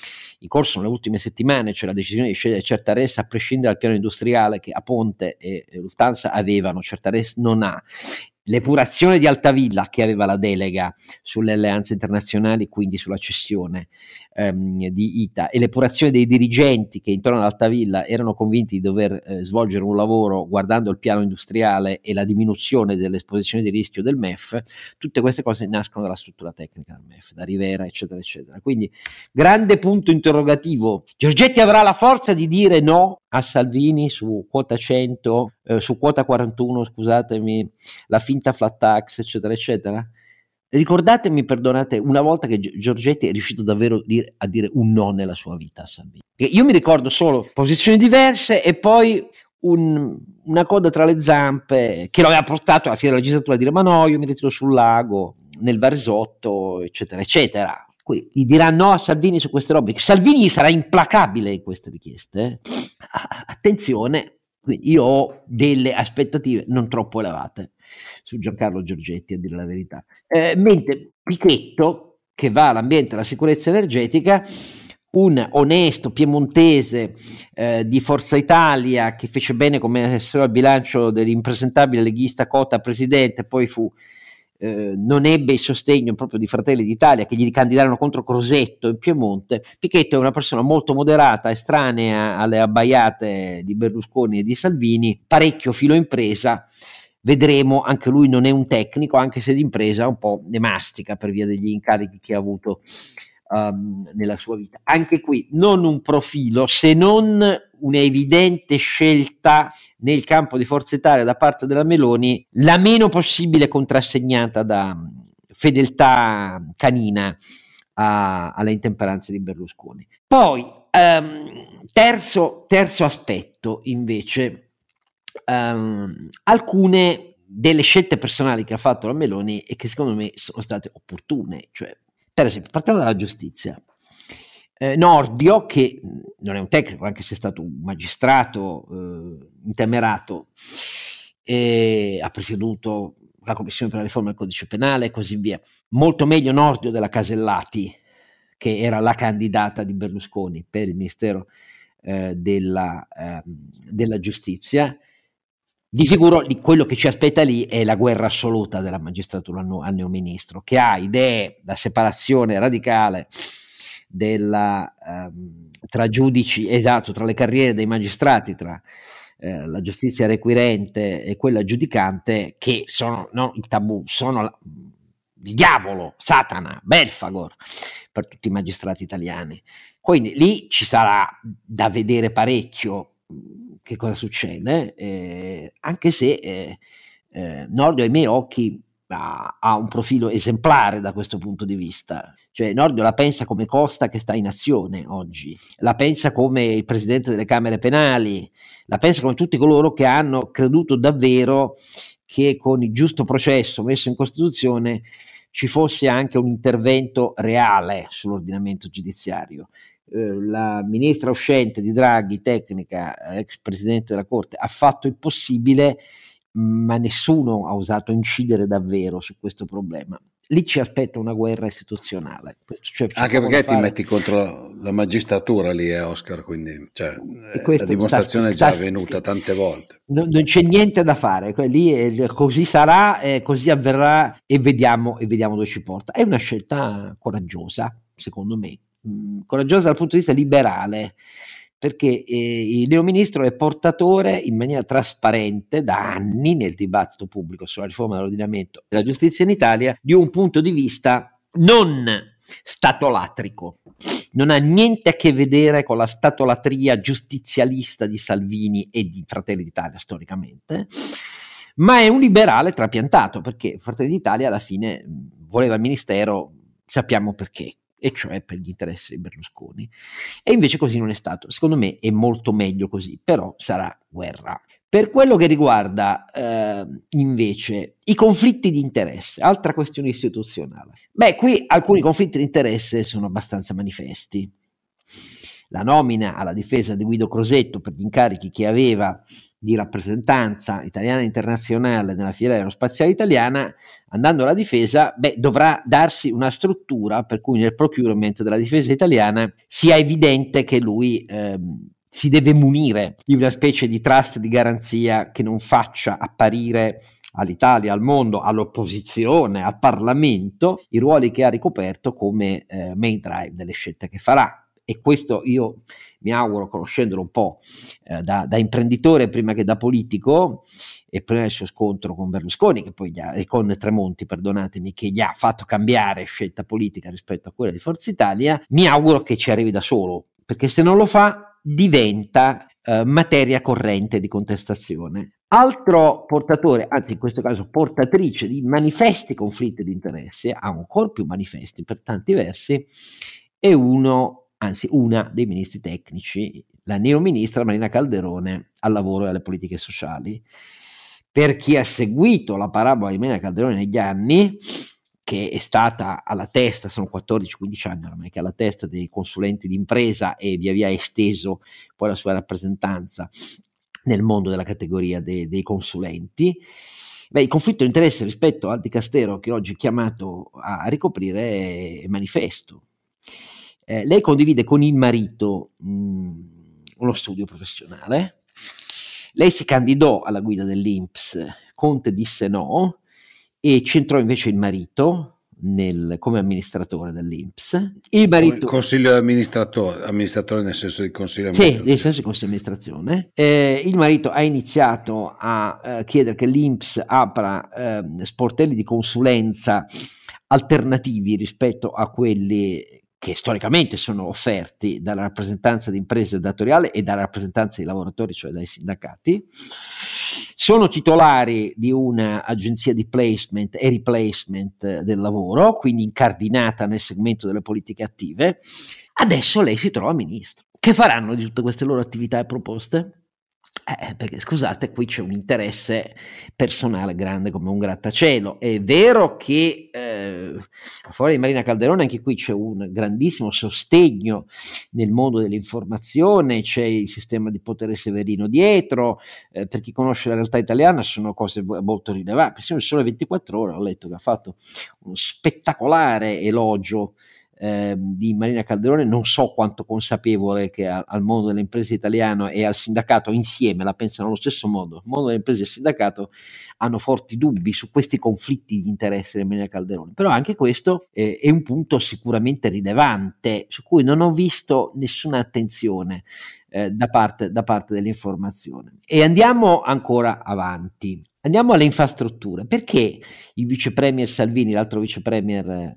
Speaker 1: in corso nelle ultime settimane, cioè la decisione di scegliere Certares a prescindere dal piano industriale che Aponte e Lufthansa avevano, Certares non ha. L'epurazione di Altavilla, che aveva la delega sulle alleanze internazionali, quindi sulla cessione di ITA, e l'epurazione dei dirigenti che intorno ad Altavilla erano convinti di dover svolgere un lavoro guardando il piano industriale e la diminuzione dell'esposizione di rischio del MEF, tutte queste cose nascono dalla struttura tecnica del MEF, da Rivera, eccetera, eccetera. Quindi grande punto interrogativo. Giorgetti avrà la forza di dire no a Salvini su quota 100, su quota 41, scusatemi, la finta flat tax, eccetera, eccetera. Ricordatemi, perdonate, una volta che Giorgetti è riuscito davvero a dire un no nella sua vita a Salvini. Io mi ricordo solo posizioni diverse e poi una coda tra le zampe che lo aveva portato alla fine della legislatura a dire ma no, io mi ritiro sul lago, nel Varesotto, eccetera, eccetera. Qui gli dirà no a Salvini su queste robe. Salvini sarà implacabile in queste richieste. Attenzione, io ho delle aspettative non troppo elevate su Giancarlo Giorgetti, a dire la verità. Mentre Pichetto, che va all'ambiente e alla sicurezza energetica, un onesto piemontese di Forza Italia che fece bene come assessore al bilancio dell'impresentabile leghista Cota presidente, poi non ebbe il sostegno proprio di Fratelli d'Italia, che gli ricandidarono contro Crosetto in Piemonte. Pichetto è una persona molto moderata, estranea alle abbaiate di Berlusconi e di Salvini, parecchio filo impresa. Vedremo, anche lui non è un tecnico, anche se d'impresa un po' ne mastica per via degli incarichi che ha avuto nella sua vita. Anche qui non un profilo, se non un'evidente scelta nel campo di Forza Italia da parte della Meloni, la meno possibile contrassegnata da fedeltà canina alle intemperanze di Berlusconi. Poi terzo aspetto invece, alcune delle scelte personali che ha fatto la Meloni e che secondo me sono state opportune, cioè per esempio partiamo dalla giustizia. Nordio, che non è un tecnico anche se è stato un magistrato intemerato, ha presieduto la commissione per la riforma del codice penale e così via, molto meglio Nordio della Casellati, che era la candidata di Berlusconi per il Ministero della giustizia. Di sicuro quello che ci aspetta lì è la guerra assoluta della magistratura al neoministro, che ha idee da separazione radicale tra giudici, esatto, tra le carriere dei magistrati, tra la giustizia requirente e quella giudicante, che sono il tabù, sono il diavolo, Satana, Belfagor per tutti i magistrati italiani. Quindi lì ci sarà da vedere parecchio che cosa succede, anche se Nordio ai miei occhi ha un profilo esemplare da questo punto di vista. Cioè Nordio la pensa come Costa, che sta in azione oggi, la pensa come il presidente delle Camere Penali, la pensa come tutti coloro che hanno creduto davvero che con il giusto processo messo in Costituzione ci fosse anche un intervento reale sull'ordinamento giudiziario. La ministra uscente di Draghi, tecnica, ex presidente della Corte, ha fatto il possibile, ma nessuno ha osato incidere davvero su questo problema. Lì ci aspetta una guerra istituzionale. Cioè,
Speaker 2: anche perché ti metti contro la magistratura lì, Oscar, quindi la dimostrazione è già avvenuta tante volte.
Speaker 1: Non c'è niente da fare, lì così sarà, così avverrà e vediamo dove ci porta. È una scelta coraggiosa, secondo me, coraggiosa dal punto di vista liberale, perché il neoministro è portatore in maniera trasparente da anni nel dibattito pubblico sulla riforma dell'ordinamento della giustizia in Italia di un punto di vista non statolatrico, non ha niente a che vedere con la statolatria giustizialista di Salvini e di Fratelli d'Italia storicamente, ma è un liberale trapiantato, perché Fratelli d'Italia alla fine voleva il ministero, sappiamo perché, e cioè per gli interessi di Berlusconi, e invece così non è stato. Secondo me è molto meglio così, però sarà guerra. Per quello che riguarda invece i conflitti di interesse, altra questione istituzionale, qui alcuni conflitti di interesse sono abbastanza manifesti. la nomina alla difesa di Guido Crosetto per gli incarichi che aveva di rappresentanza italiana e internazionale nella filiera aerospaziale italiana, andando alla difesa, dovrà darsi una struttura per cui nel procurement della difesa italiana sia evidente che lui si deve munire di una specie di trust di garanzia che non faccia apparire all'Italia, al mondo, all'opposizione, al Parlamento, i ruoli che ha ricoperto come main drive delle scelte che farà. E questo io mi auguro, conoscendolo un po' da imprenditore prima che da politico, e prima del suo scontro con Berlusconi e con Tremonti, perdonatemi, che gli ha fatto cambiare scelta politica rispetto a quella di Forza Italia, mi auguro che ci arrivi da solo, perché se non lo fa diventa materia corrente di contestazione. Altro portatore, anzi in questo caso portatrice di manifesti conflitti di interesse, ha ancora più manifesti per tanti versi, è una dei ministri tecnici, la neoministra Marina Calderone al lavoro e alle politiche sociali. Per chi ha seguito la parabola di Marina Calderone negli anni, che è stata alla testa, sono 14-15 anni ormai, che è alla testa dei consulenti d'impresa e via via esteso poi la sua rappresentanza nel mondo della categoria dei consulenti, il conflitto di interesse rispetto al dicastero che oggi è chiamato a ricoprire è manifesto. Lei condivide con il marito uno studio professionale, lei si candidò alla guida dell'INPS, Conte disse no e centrò invece il marito come amministratore dell'INPS. Il marito,
Speaker 2: consiglio amministratore nel senso di consiglio di
Speaker 1: amministrazione. Sì, nel senso di consiglio di amministrazione. Il marito ha iniziato a chiedere che l'INPS apra sportelli di consulenza alternativi rispetto a quelli che storicamente sono offerti dalla rappresentanza di imprese datoriale e dalla rappresentanza dei lavoratori, cioè dai sindacati. Sono titolari di un'agenzia di placement e replacement del lavoro, quindi incardinata nel segmento delle politiche attive. Adesso lei si trova ministro. Che faranno di tutte queste loro attività e proposte? Perché scusate, qui c'è un interesse personale grande come un grattacielo. È vero che a favore di Marina Calderone anche qui c'è un grandissimo sostegno nel mondo dell'informazione, c'è il sistema di potere Severino dietro, per chi conosce la realtà italiana sono cose molto rilevanti. Persino il Sole 24 Ore ho letto che ha fatto uno spettacolare elogio di Marina Calderone, non so quanto consapevole che al mondo delle imprese italiano e al sindacato insieme la pensano allo stesso modo. Il mondo delle imprese e il sindacato hanno forti dubbi su questi conflitti di interesse di Marina Calderone, però anche questo è un punto sicuramente rilevante su cui non ho visto nessuna attenzione da parte dell'informazione. E andiamo ancora avanti. Andiamo alle infrastrutture. Perché il vice premier Salvini, l'altro vice premier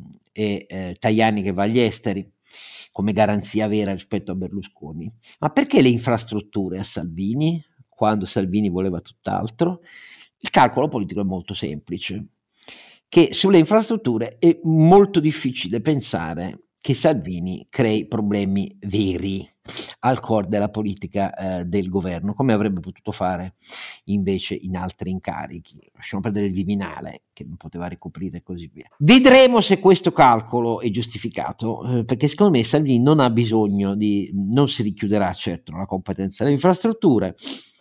Speaker 1: e Tajani che va agli esteri come garanzia vera rispetto a Berlusconi? Ma perché le infrastrutture a Salvini quando Salvini voleva tutt'altro? Il calcolo politico è molto semplice, che sulle infrastrutture è molto difficile pensare che Salvini crei problemi veri al core della politica del governo, come avrebbe potuto fare invece in altri incarichi. Lasciamo perdere il Viminale, che non poteva ricoprire e così via. Vedremo se questo calcolo è giustificato, perché secondo me Salvini non ha bisogno non si richiuderà certo la competenza delle infrastrutture.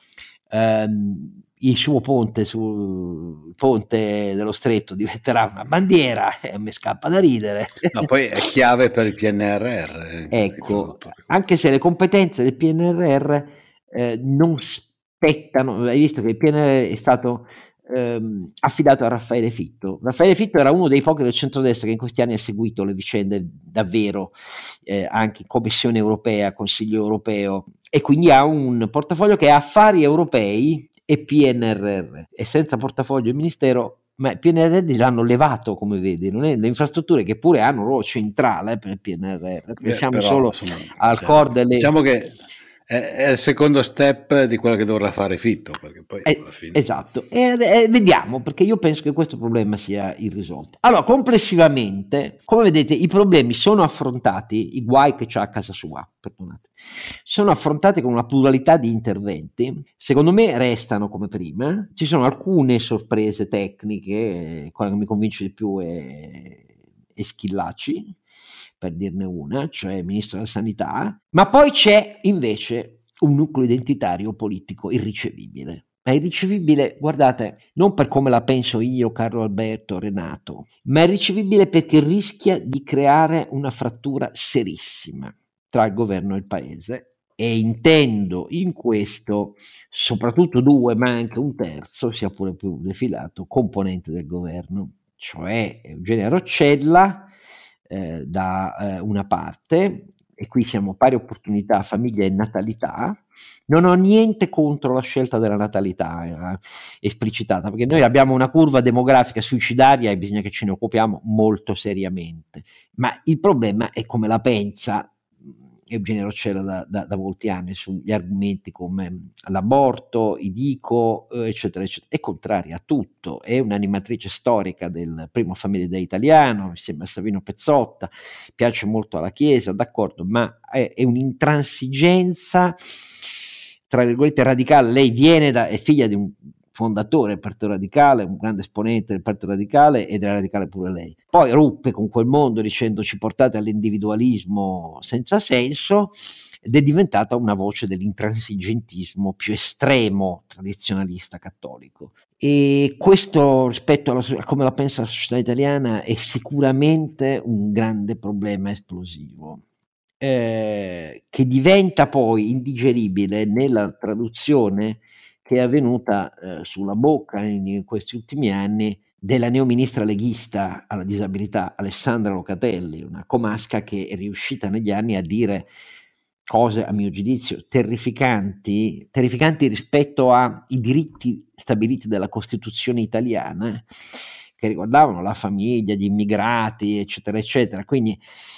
Speaker 1: Il suo sul ponte dello Stretto diventerà una bandiera e a me scappa da ridere.
Speaker 2: No, poi è chiave per il PNRR.
Speaker 1: Ecco, anche se le competenze del PNRR non spettano, hai visto che il PNRR è stato affidato a Raffaele Fitto. Raffaele Fitto era uno dei pochi del centrodestra che in questi anni ha seguito le vicende davvero, anche in Commissione europea, Consiglio europeo, e quindi ha un portafoglio che è affari europei e PNRR, e senza portafoglio e ministero, ma il PNRR l'hanno levato, come vedi, non è le infrastrutture che pure hanno un ruolo centrale per il PNRR. Pensiamo però, solo al core delle...
Speaker 2: Diciamo che è il secondo step di quello che dovrà fare Fitto, perché poi alla fine...
Speaker 1: Esatto, e vediamo, perché io penso che questo problema sia irrisolto. Allora, complessivamente, come vedete, i problemi sono affrontati, i guai che c'ha a casa sua, perdonate, sono affrontati con una pluralità di interventi. Secondo me restano come prima, ci sono alcune sorprese tecniche, quella che mi convince di più è Schillaci, per dirne una, cioè il ministro della sanità, ma poi c'è invece un nucleo identitario politico irricevibile. È irricevibile, guardate, non per come la penso io, Carlo Alberto, Renato, ma è irricevibile perché rischia di creare una frattura serissima tra il governo e il paese, e intendo in questo soprattutto due, ma anche un terzo, sia pure più defilato, componente del governo, cioè Eugenia Roccella da una parte, e qui siamo pari opportunità, famiglia e natalità. Non ho niente contro la scelta della natalità esplicitata, perché noi abbiamo una curva demografica suicidaria e bisogna che ce ne occupiamo molto seriamente, ma il problema è come la pensa Eugenia Roccella da molti anni sugli argomenti come l'aborto, i dico, eccetera, eccetera. È contraria a tutto, è un'animatrice storica del primo Famiglia Italiano, insieme a Savino Pezzotta, piace molto alla Chiesa, d'accordo, ma è un'intransigenza, tra virgolette, radicale. Lei è figlia di un fondatore del Partito Radicale, un grande esponente del Partito Radicale, ed era radicale pure lei. Poi ruppe con quel mondo dicendo ci portate all'individualismo senza senso, ed è diventata una voce dell'intransigentismo più estremo, tradizionalista cattolico. E questo, rispetto a come la pensa la società italiana, è sicuramente un grande problema esplosivo, che diventa poi indigeribile nella traduzione che è avvenuta sulla bocca in questi ultimi anni della neoministra leghista alla disabilità Alessandra Locatelli, una comasca che è riuscita negli anni a dire cose, a mio giudizio, terrificanti rispetto ai diritti stabiliti dalla Costituzione italiana, che riguardavano la famiglia, gli immigrati, eccetera, eccetera. Quindi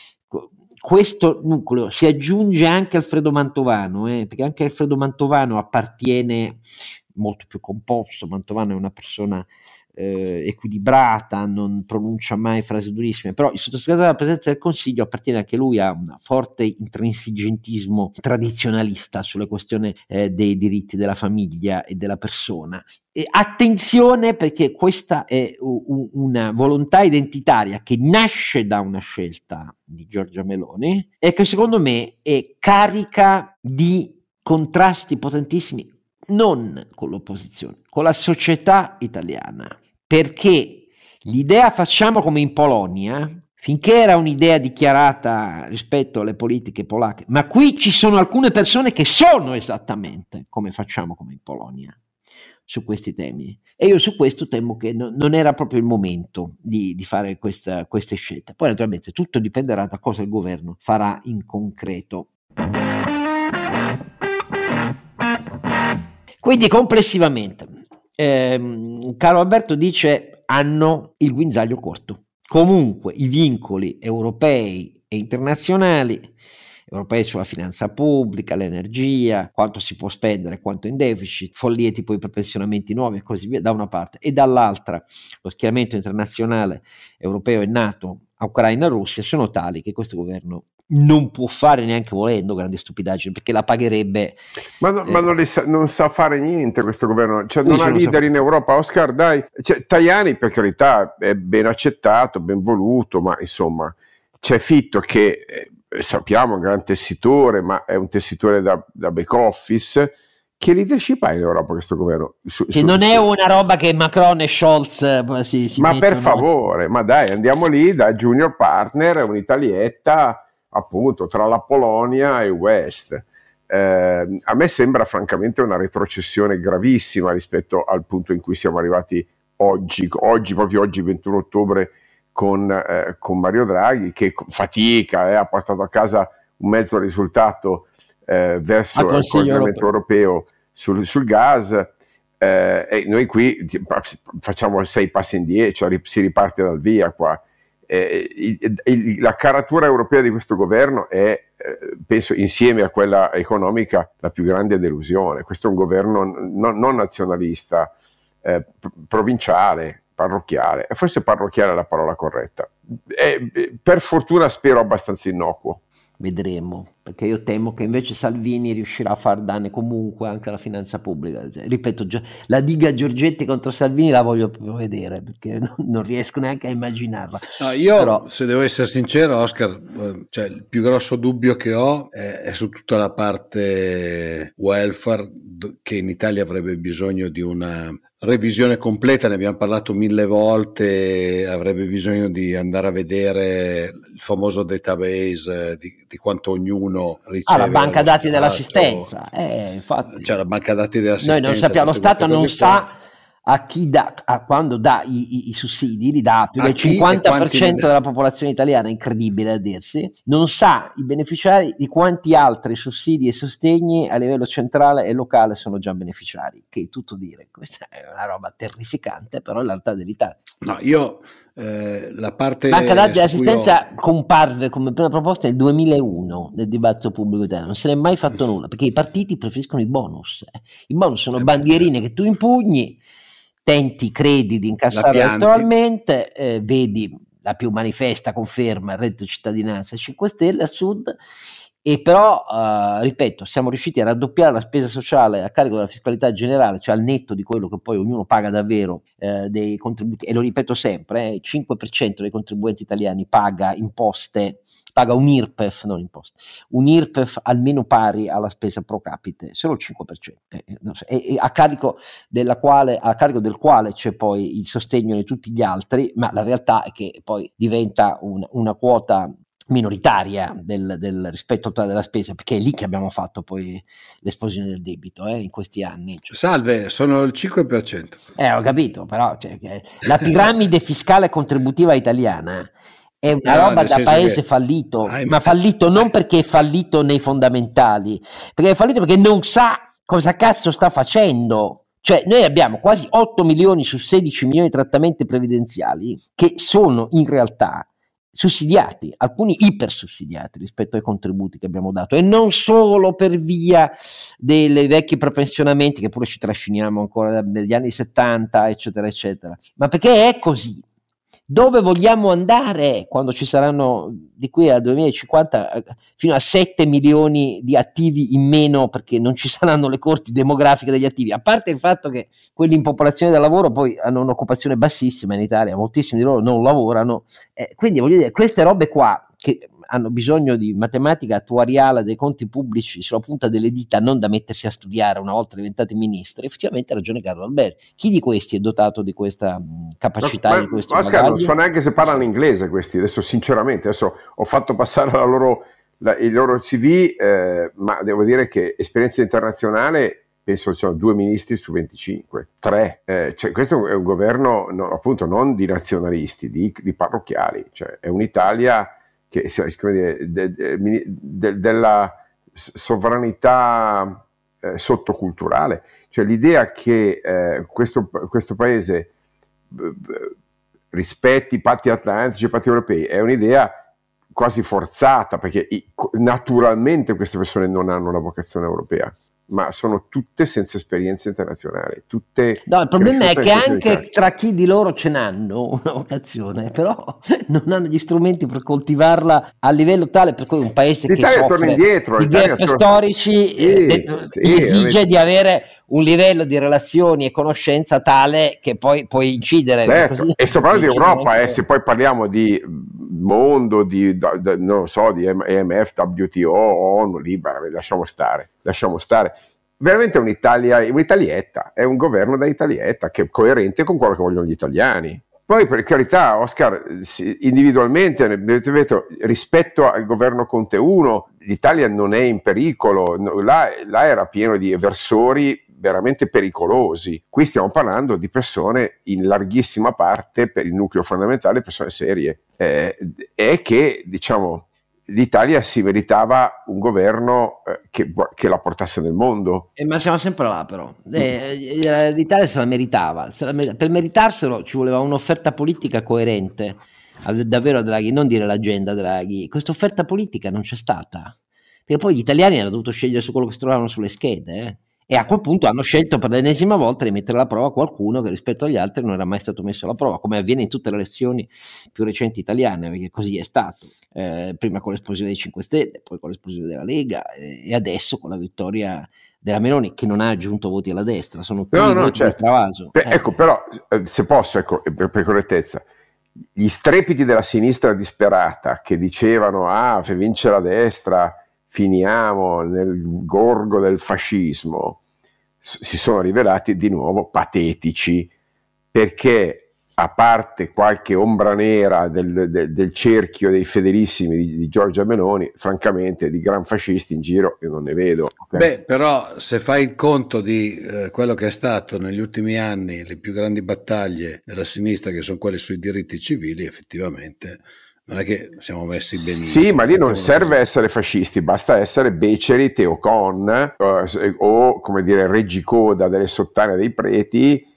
Speaker 1: questo nucleo si aggiunge anche Alfredo Mantovano, perché anche Alfredo Mantovano appartiene, molto più composto. Mantovano è una persona equilibrata, non pronuncia mai frasi durissime, però il sottosegretario della Presidenza del Consiglio appartiene anche lui a un forte intransigentismo tradizionalista sulle questioni dei diritti della famiglia e della persona. E attenzione, perché questa è una volontà identitaria che nasce da una scelta di Giorgia Meloni e che secondo me è carica di contrasti potentissimi, non con l'opposizione, con la società italiana, perché l'idea facciamo come in Polonia, finché era un'idea dichiarata rispetto alle politiche polacche, ma qui ci sono alcune persone che sono esattamente come facciamo come in Polonia su questi temi, e io su questo temo che non era proprio il momento di fare queste scelte. Poi naturalmente tutto dipenderà da cosa il governo farà in concreto. Quindi complessivamente Carlo Alberto dice hanno il guinzaglio corto. Comunque i vincoli europei e internazionali, europei sulla finanza pubblica, l'energia, quanto si può spendere, quanto in deficit, follie tipo i prepensionamenti nuovi e così via da una parte, e dall'altra lo schieramento internazionale europeo e NATO a Ucraina e Russia sono tali che questo governo non può fare, neanche volendo, grandi stupidaggini, perché la pagherebbe. Ma
Speaker 3: non sa fare niente questo governo, cioè non ha leader in Europa. Oscar, dai, cioè, Tajani per carità è ben accettato, ben voluto, ma insomma c'è Fitto che sappiamo è un gran tessitore, ma è un tessitore da back office. Che leadership ha in Europa questo governo?
Speaker 1: Non è una roba che Macron e Scholz si
Speaker 3: ma per favore, ma dai, andiamo lì da junior partner, un'italietta appunto tra la Polonia e il West. A me sembra francamente una retrocessione gravissima rispetto al punto in cui siamo arrivati proprio oggi 21 ottobre con Mario Draghi, che fatica, ha portato a casa un mezzo risultato verso il coordinamento europeo sul gas, e noi qui facciamo 6 passi indietro, cioè si riparte dal via qua. La caratura europea di questo governo è, penso, insieme a quella economica, la più grande delusione. Questo è un governo non nazionalista, provinciale, parrocchiale, e forse parrocchiale è la parola corretta. Per fortuna spero abbastanza innocuo.
Speaker 1: Vedremo. perché io temo che invece Salvini riuscirà a far danni comunque anche alla finanza pubblica. Cioè, ripeto, la diga Giorgetti contro Salvini la voglio proprio vedere, perché non riesco neanche a immaginarla.
Speaker 2: No, io, se devo essere sincero, Oscar, cioè, il più grosso dubbio che ho è su tutta la parte welfare, che in Italia avrebbe bisogno di una revisione completa. Ne abbiamo parlato 1000 volte, avrebbe bisogno di andare a vedere il famoso database di quanto ognuno riceve.
Speaker 1: La banca dati dell'assistenza, infatti.
Speaker 2: Cioè la banca dati dell'assistenza.
Speaker 1: Noi non sappiamo, lo Stato non sa a chi dà, quando dà i sussidi, li dà più del 50% della popolazione italiana, incredibile a dirsi, non sa i beneficiari di quanti altri sussidi e sostegni a livello centrale e locale sono già beneficiari, che è tutto dire. Questa è una roba terrificante, però è la realtà dell'Italia.
Speaker 2: No, io la parte
Speaker 1: banca dati dell'assistenza comparve come prima proposta nel 2001 nel dibattito pubblico italiano, non se n'è mai fatto nulla, perché i partiti preferiscono i bonus. I bonus sono bandierine che tu impugni, tenti, credi di incassare elettoralmente, vedi la più manifesta conferma il reddito cittadinanza 5 Stelle a sud, e però ripeto, siamo riusciti a raddoppiare la spesa sociale a carico della fiscalità generale, cioè al netto di quello che poi ognuno paga davvero dei contributi, e lo ripeto sempre, il 5% dei contribuenti italiani paga imposte, paga un IRPEF, non imposte, un IRPEF almeno pari alla spesa pro capite, solo il 5%, e a carico del quale c'è poi il sostegno di tutti gli altri, ma la realtà è che poi diventa una quota minoritaria del rispetto totale della spesa, perché è lì che abbiamo fatto poi l'esplosione del debito in questi anni.
Speaker 2: Salve, sono il 5%.
Speaker 1: Ho capito, però la piramide fiscale contributiva italiana è una roba da paese fallito, ma fallito non perché è fallito nei fondamentali, perché è fallito perché non sa cosa cazzo sta facendo. Cioè noi abbiamo quasi 8 milioni su 16 milioni di trattamenti previdenziali che sono in realtà sussidiati, alcuni ipersussidiati rispetto ai contributi che abbiamo dato, e non solo per via dei vecchi prepensionamenti che pure ci trasciniamo ancora dagli anni 70 eccetera eccetera, ma perché è così. Dove vogliamo andare quando ci saranno di qui al 2050 fino a 7 milioni di attivi in meno, perché non ci saranno le corti demografiche degli attivi, a parte il fatto che quelli in popolazione da lavoro poi hanno un'occupazione bassissima in Italia, moltissimi di loro non lavorano, quindi voglio dire, queste robe qua che hanno bisogno di matematica attuariale dei conti pubblici sulla punta delle dita, non da mettersi a studiare una volta diventati ministri. Effettivamente ha ragione Carlo Alberti. Chi di questi è dotato di questa capacità, di questo
Speaker 3: Oscar,
Speaker 1: bagaglio?
Speaker 3: Non so neanche se parlano inglese questi, adesso sinceramente, ho fatto passare il loro CV, ma devo dire che esperienza internazionale penso ci sono 2 ministri su 25, 3, cioè questo è un governo appunto non di nazionalisti, di parrocchiali, cioè è un'Italia che, come dire, della sovranità sottoculturale, cioè l'idea che questo paese rispetti i patti atlantici, i patti europei, è un'idea quasi forzata, perché naturalmente queste persone non hanno la vocazione europea, ma sono tutte senza esperienza internazionale, tutte.
Speaker 1: No, il problema è che anche tra chi di loro ce n'hanno una vocazione, però non hanno gli strumenti per coltivarla a livello tale per cui un paese
Speaker 3: l'Italia
Speaker 1: che soffre di gap storici esige di avere un livello di relazioni e conoscenza tale che poi puoi incidere.
Speaker 3: Certo. E sto parlando di Europa, se poi parliamo di mondo, non so, di EMF, WTO, ONU, Libera, lasciamo stare. Veramente un'italietta, è un governo da italietta che è coerente con quello che vogliono gli italiani. Poi, per carità, Oscar, individualmente, rispetto al governo Conte 1, l'Italia non è in pericolo, là era pieno di eversori veramente pericolosi. Qui stiamo parlando di persone, in larghissima parte, per il nucleo fondamentale, persone serie. È che, diciamo, l'Italia si meritava un governo che la portasse nel mondo.
Speaker 1: Ma siamo sempre là, però. L'Italia se la meritava. Per meritarselo ci voleva un'offerta politica coerente, davvero a Draghi, non dire l'agenda Draghi. Questa offerta politica non c'è stata, perché poi gli italiani hanno dovuto scegliere su quello che si trovavano sulle schede, E a quel punto hanno scelto per l'ennesima volta di mettere alla prova qualcuno che rispetto agli altri non era mai stato messo alla prova, come avviene in tutte le elezioni più recenti italiane, perché così è stato, prima con l'esplosione dei 5 Stelle, poi con l'esplosione della Lega e adesso con la vittoria della Meloni, che non ha aggiunto voti alla destra, sono tutti voti di Travaso.
Speaker 3: Ecco, però, se posso, ecco, per correttezza, gli strepiti della sinistra disperata che dicevano se vince la destra finiamo nel gorgo del fascismo, si sono rivelati di nuovo patetici, perché a parte qualche ombra nera del cerchio dei fedelissimi di Giorgia Meloni, francamente di gran fascisti in giro io non ne vedo. Okay?
Speaker 2: Beh, però se fai il conto di quello che è stato negli ultimi anni le più grandi battaglie della sinistra, che sono quelle sui diritti civili, effettivamente non è che siamo messi benissimo.
Speaker 3: Sì, ma lì non serve essere fascisti, basta essere beceri, teocon o come dire reggicoda delle sottane dei preti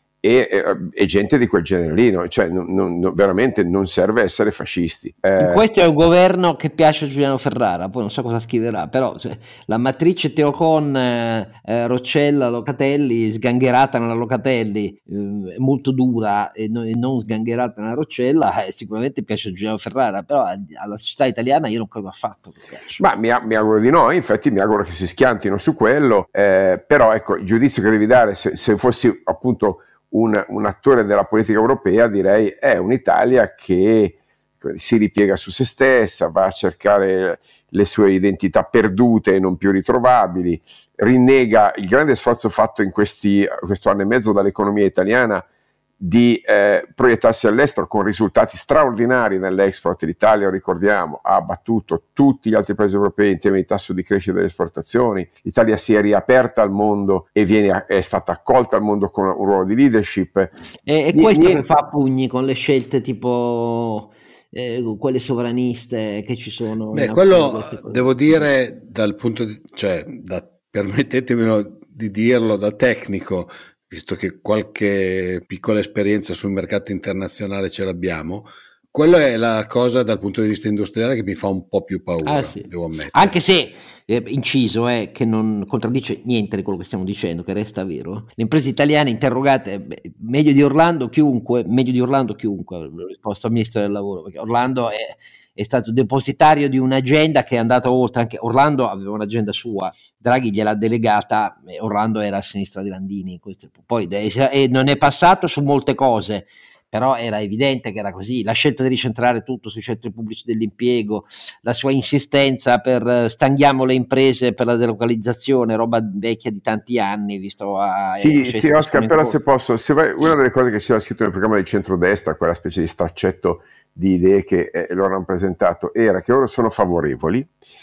Speaker 3: e gente di quel genere lì, no? Cioè veramente non serve essere fascisti.
Speaker 1: Questo è un governo che piace a Giuliano Ferrara, poi non so cosa scriverà, però la matrice Teocon, Roccella, Locatelli, sgangherata nella Locatelli, molto dura e non sgangherata nella Roccella, sicuramente piace a Giuliano Ferrara, però alla società italiana io non credo affatto che piace.
Speaker 3: Ma mi auguro di no, infatti mi auguro che si schiantino su quello, però ecco, il giudizio che devi dare, se fossi appunto un attore della politica europea, direi è un'Italia che si ripiega su se stessa, va a cercare le sue identità perdute e non più ritrovabili, rinnega il grande sforzo fatto in questo anno e mezzo dall'economia italiana di proiettarsi all'estero con risultati straordinari nell'export. L'Italia, ricordiamo, ha battuto tutti gli altri paesi europei in termini di tasso di crescita delle esportazioni. L'Italia si è riaperta al mondo e è stata accolta al mondo con un ruolo di leadership.
Speaker 1: E questo che fa pugni con le scelte tipo quelle sovraniste che ci sono.
Speaker 2: Beh, quello devo dire dal punto di, permettetemi di dirlo da tecnico, visto che qualche piccola esperienza sul mercato internazionale ce l'abbiamo, quella è la cosa dal punto di vista industriale che mi fa un po' più paura,
Speaker 1: sì.
Speaker 2: Devo ammettere.
Speaker 1: Anche se, inciso, che non contraddice niente di quello che stiamo dicendo, che resta vero. Le imprese italiane interrogate, meglio di Orlando chiunque, ho risposto al ministro del lavoro, perché Orlando è stato depositario di un'agenda che è andata oltre. Anche Orlando aveva un'agenda sua, Draghi gliel'ha delegata, Orlando era a sinistra di Landini, poi non è passato su molte cose, però era evidente che era così. La scelta di ricentrare tutto sui centri pubblici dell'impiego, la sua insistenza per stanghiamo le imprese per la delocalizzazione, roba vecchia di tanti anni, visto
Speaker 3: sì Oscar, però se posso, una delle cose che c'era scritto nel programma di centrodestra, quella specie di straccetto di idee che loro hanno presentato, era che loro sono favorevoli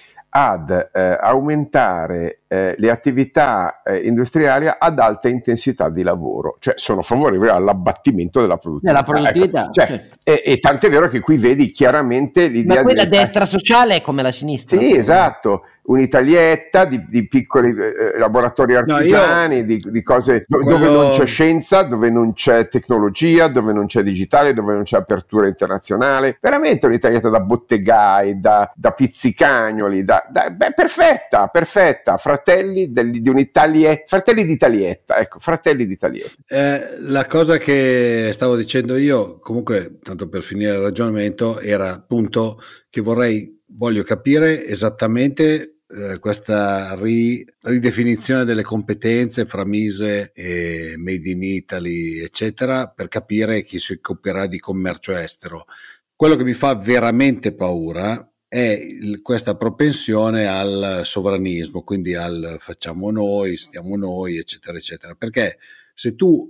Speaker 3: ad aumentare le attività industriali ad alta intensità di lavoro, cioè sono favorevoli all'abbattimento della produttività.
Speaker 1: Ecco, cioè,
Speaker 3: certo. E tant'è vero che qui vedi chiaramente l'idea.
Speaker 1: Ma poi la destra sociale è come la sinistra.
Speaker 3: Sì, esatto, un'italietta di piccoli laboratori artigiani, di cose dove non c'è scienza, dove non c'è tecnologia, dove non c'è digitale, dove non c'è apertura internazionale, veramente un'italietta da bottegai, da pizzicagnoli, perfetta, fratelli di un'Italietta, fratelli d'Italietta, ecco, fratelli d'Italietta.
Speaker 2: La cosa che stavo dicendo io, comunque, tanto per finire il ragionamento, era appunto che voglio capire esattamente questa ridefinizione delle competenze fra Mise e Made in Italy, eccetera, per capire chi si occuperà di commercio estero. Quello che mi fa veramente paura è questa propensione al sovranismo, quindi al facciamo noi, stiamo noi, eccetera, eccetera. Perché se tu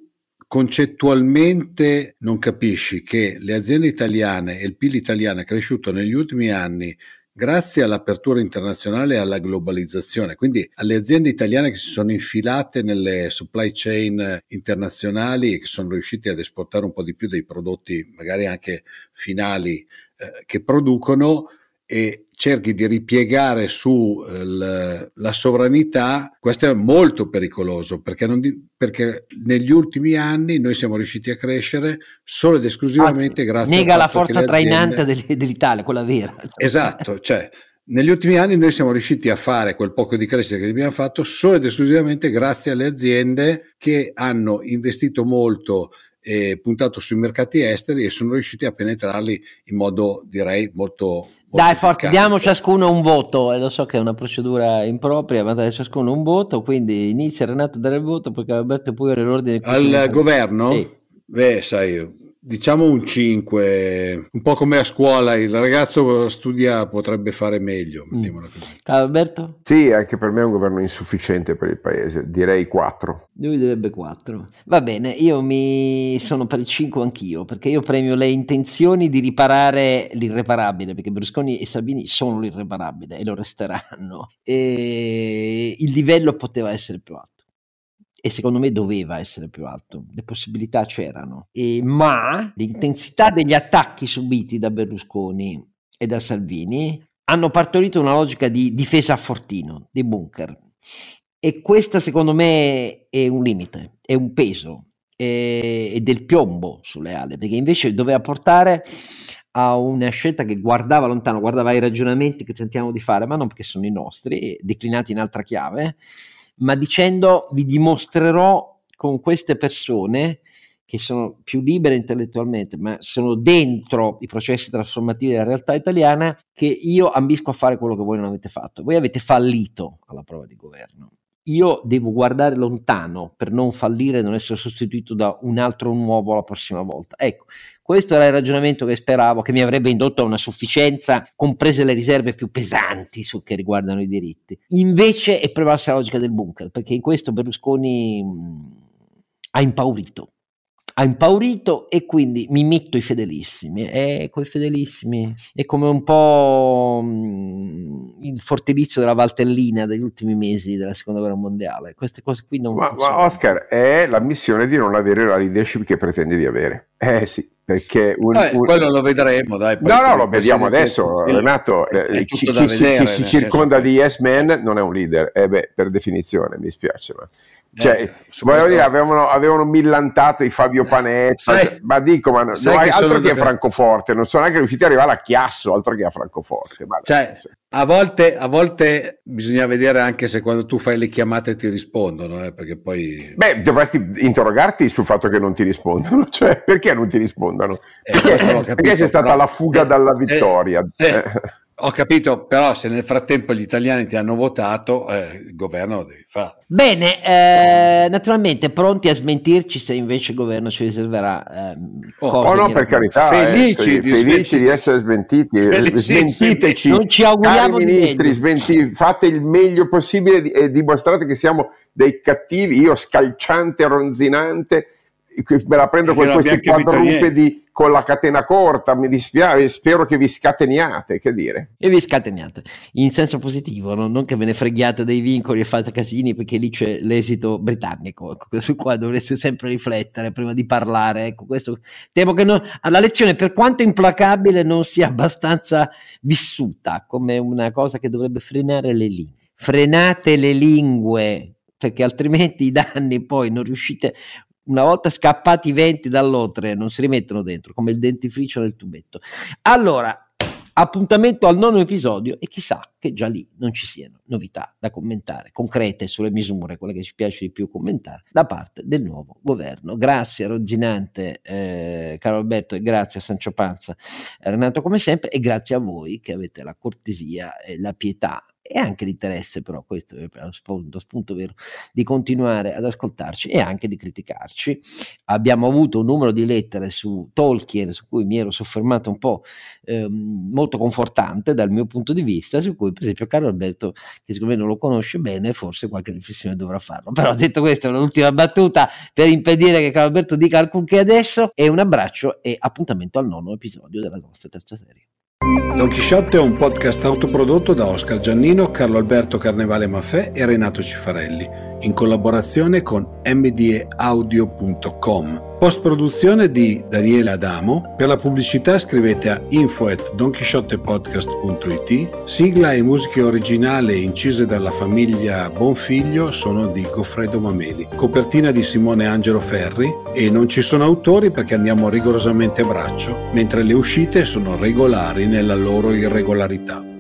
Speaker 2: concettualmente non capisci che le aziende italiane e il PIL italiano è cresciuto negli ultimi anni grazie all'apertura internazionale e alla globalizzazione, quindi alle aziende italiane che si sono infilate nelle supply chain internazionali e che sono riusciti ad esportare un po' di più dei prodotti magari anche finali che producono, e cerchi di ripiegare su la sovranità, questo è molto pericoloso, perché negli ultimi anni noi siamo riusciti a crescere solo ed esclusivamente grazie
Speaker 1: nega
Speaker 2: al
Speaker 1: la
Speaker 2: fatto
Speaker 1: forza
Speaker 2: che
Speaker 1: trainante dell'Italia, quella vera.
Speaker 2: Esatto, cioè negli ultimi anni noi siamo riusciti a fare quel poco di crescita che abbiamo fatto solo ed esclusivamente grazie alle aziende che hanno investito molto e puntato sui mercati esteri e sono riusciti a penetrarli in modo, direi, molto
Speaker 1: dai, forza, diamo ciascuno un voto, e lo so che è una procedura impropria, ma dai ciascuno un voto, quindi inizia Renato a dare il voto, perché Alberto poi ora l'ordine
Speaker 2: al governo?
Speaker 1: Sì.
Speaker 2: Beh, sai, diciamo un 5, un po' come a scuola, il ragazzo studia, potrebbe fare meglio, mettiamola così.
Speaker 1: Alberto?
Speaker 3: Sì, anche per me è un governo insufficiente per il paese, direi 4.
Speaker 1: Lui direbbe 4. Va bene, io mi sono per il 5 anch'io, perché io premio le intenzioni di riparare l'irreparabile, perché Berlusconi e Salvini sono l'irreparabile e lo resteranno, e il livello poteva essere più alto. E secondo me doveva essere più alto, le possibilità c'erano, ma l'intensità degli attacchi subiti da Berlusconi e da Salvini hanno partorito una logica di difesa a fortino, di bunker, e questo secondo me è un limite, è un peso, è del piombo sulle ali, perché invece doveva portare a una scelta che guardava lontano, guardava ai ragionamenti che tentiamo di fare, ma non perché sono i nostri, declinati in altra chiave, ma dicendo: vi dimostrerò con queste persone che sono più libere intellettualmente, ma sono dentro i processi trasformativi della realtà italiana, che io ambisco a fare quello che voi non avete fatto. Voi avete fallito alla prova di governo. Io devo guardare lontano per non fallire e non essere sostituito da un altro nuovo la prossima volta. Ecco, questo era il ragionamento che speravo, che mi avrebbe indotto a una sufficienza, comprese le riserve più pesanti che riguardano i diritti. Invece è prevalsa la logica del bunker, perché in questo Berlusconi ha impaurito, e quindi mi metto i fedelissimi, e coi fedelissimi è come un po' il fortilizio della Valtellina degli ultimi mesi della seconda guerra mondiale. Queste cose qui non funzionano.
Speaker 3: Ma Oscar, è la missione di non avere la leadership che pretendi di avere. Sì, perché
Speaker 2: quello lo vedremo, dai.
Speaker 3: No, lo vediamo adesso, Renato. Chi si circonda di yes man non è un leader, per definizione, mi spiace, ma voglio dire, avevano millantato i Fabio Panetta, ma dico, ma non è altro che a Francoforte, non sono neanche riusciti ad arrivare a Chiasso, altro che a Francoforte.
Speaker 2: A volte bisogna vedere anche se quando tu fai le chiamate ti rispondono, perché poi
Speaker 3: dovresti interrogarti sul fatto che non ti rispondono, cioè perché non ti rispondono, perché c'è stata la fuga dalla vittoria.
Speaker 2: Ho capito, però se nel frattempo gli italiani ti hanno votato, il governo lo devi fare.
Speaker 1: Bene, naturalmente pronti a smentirci se invece il governo ci riserverà
Speaker 3: no, per carità, felici di essere smentiti. Smentiteci,
Speaker 1: non ci auguriamo
Speaker 3: cari ministri, fate il meglio possibile e dimostrate che siamo dei cattivi. Io scalciante, ronzinante, me la prendo con questi quadrupedi con la catena corta, mi dispiace, spero che vi scateniate, che dire.
Speaker 1: E vi scateniate, in senso positivo, no? Non che ve ne freghiate dei vincoli e fate casini, perché lì c'è l'esito britannico, su qua dovreste sempre riflettere prima di parlare. Ecco, questo temo che la lezione, per quanto implacabile, non sia abbastanza vissuta come una cosa che dovrebbe frenare le lingue. Frenate le lingue, perché altrimenti i danni poi non riuscite. Una volta scappati i venti dall'oltre non si rimettono dentro, come il dentifricio nel tubetto. Allora, appuntamento al 9° episodio, e chissà che già lì non ci siano novità da commentare, concrete sulle misure, quelle che ci piace di più commentare, da parte del nuovo governo. Grazie a Rozzinante, caro Alberto, e grazie a Sancio Panza, Renato come sempre, e grazie a voi che avete la cortesia e la pietà e anche l'interesse, però questo è lo spunto vero, di continuare ad ascoltarci e anche di criticarci. Abbiamo avuto un numero di lettere su Tolkien, su cui mi ero soffermato un po', molto confortante dal mio punto di vista, su cui per esempio caro Alberto, che secondo me non lo conosce bene, forse qualche riflessione dovrà farlo. Però detto questo, l'ultima battuta per impedire che caro Alberto dica alcunché adesso, e un abbraccio e appuntamento al 9° episodio della nostra terza serie.
Speaker 2: Don Chisciotte è un podcast autoprodotto da Oscar Giannino, Carlo Alberto Carnevale Maffè e Renato Cifarelli, in collaborazione con mdeaudio.com. Post-produzione di Daniele Adamo. Per la pubblicità scrivete a info@donchisciottepodcast.it. Sigla e musiche originali incise dalla famiglia Bonfiglio sono di Goffredo Mameli. Copertina di Simone Angelo Ferri, e non ci sono autori perché andiamo rigorosamente a braccio, mentre le uscite sono regolari nella loro irregolarità.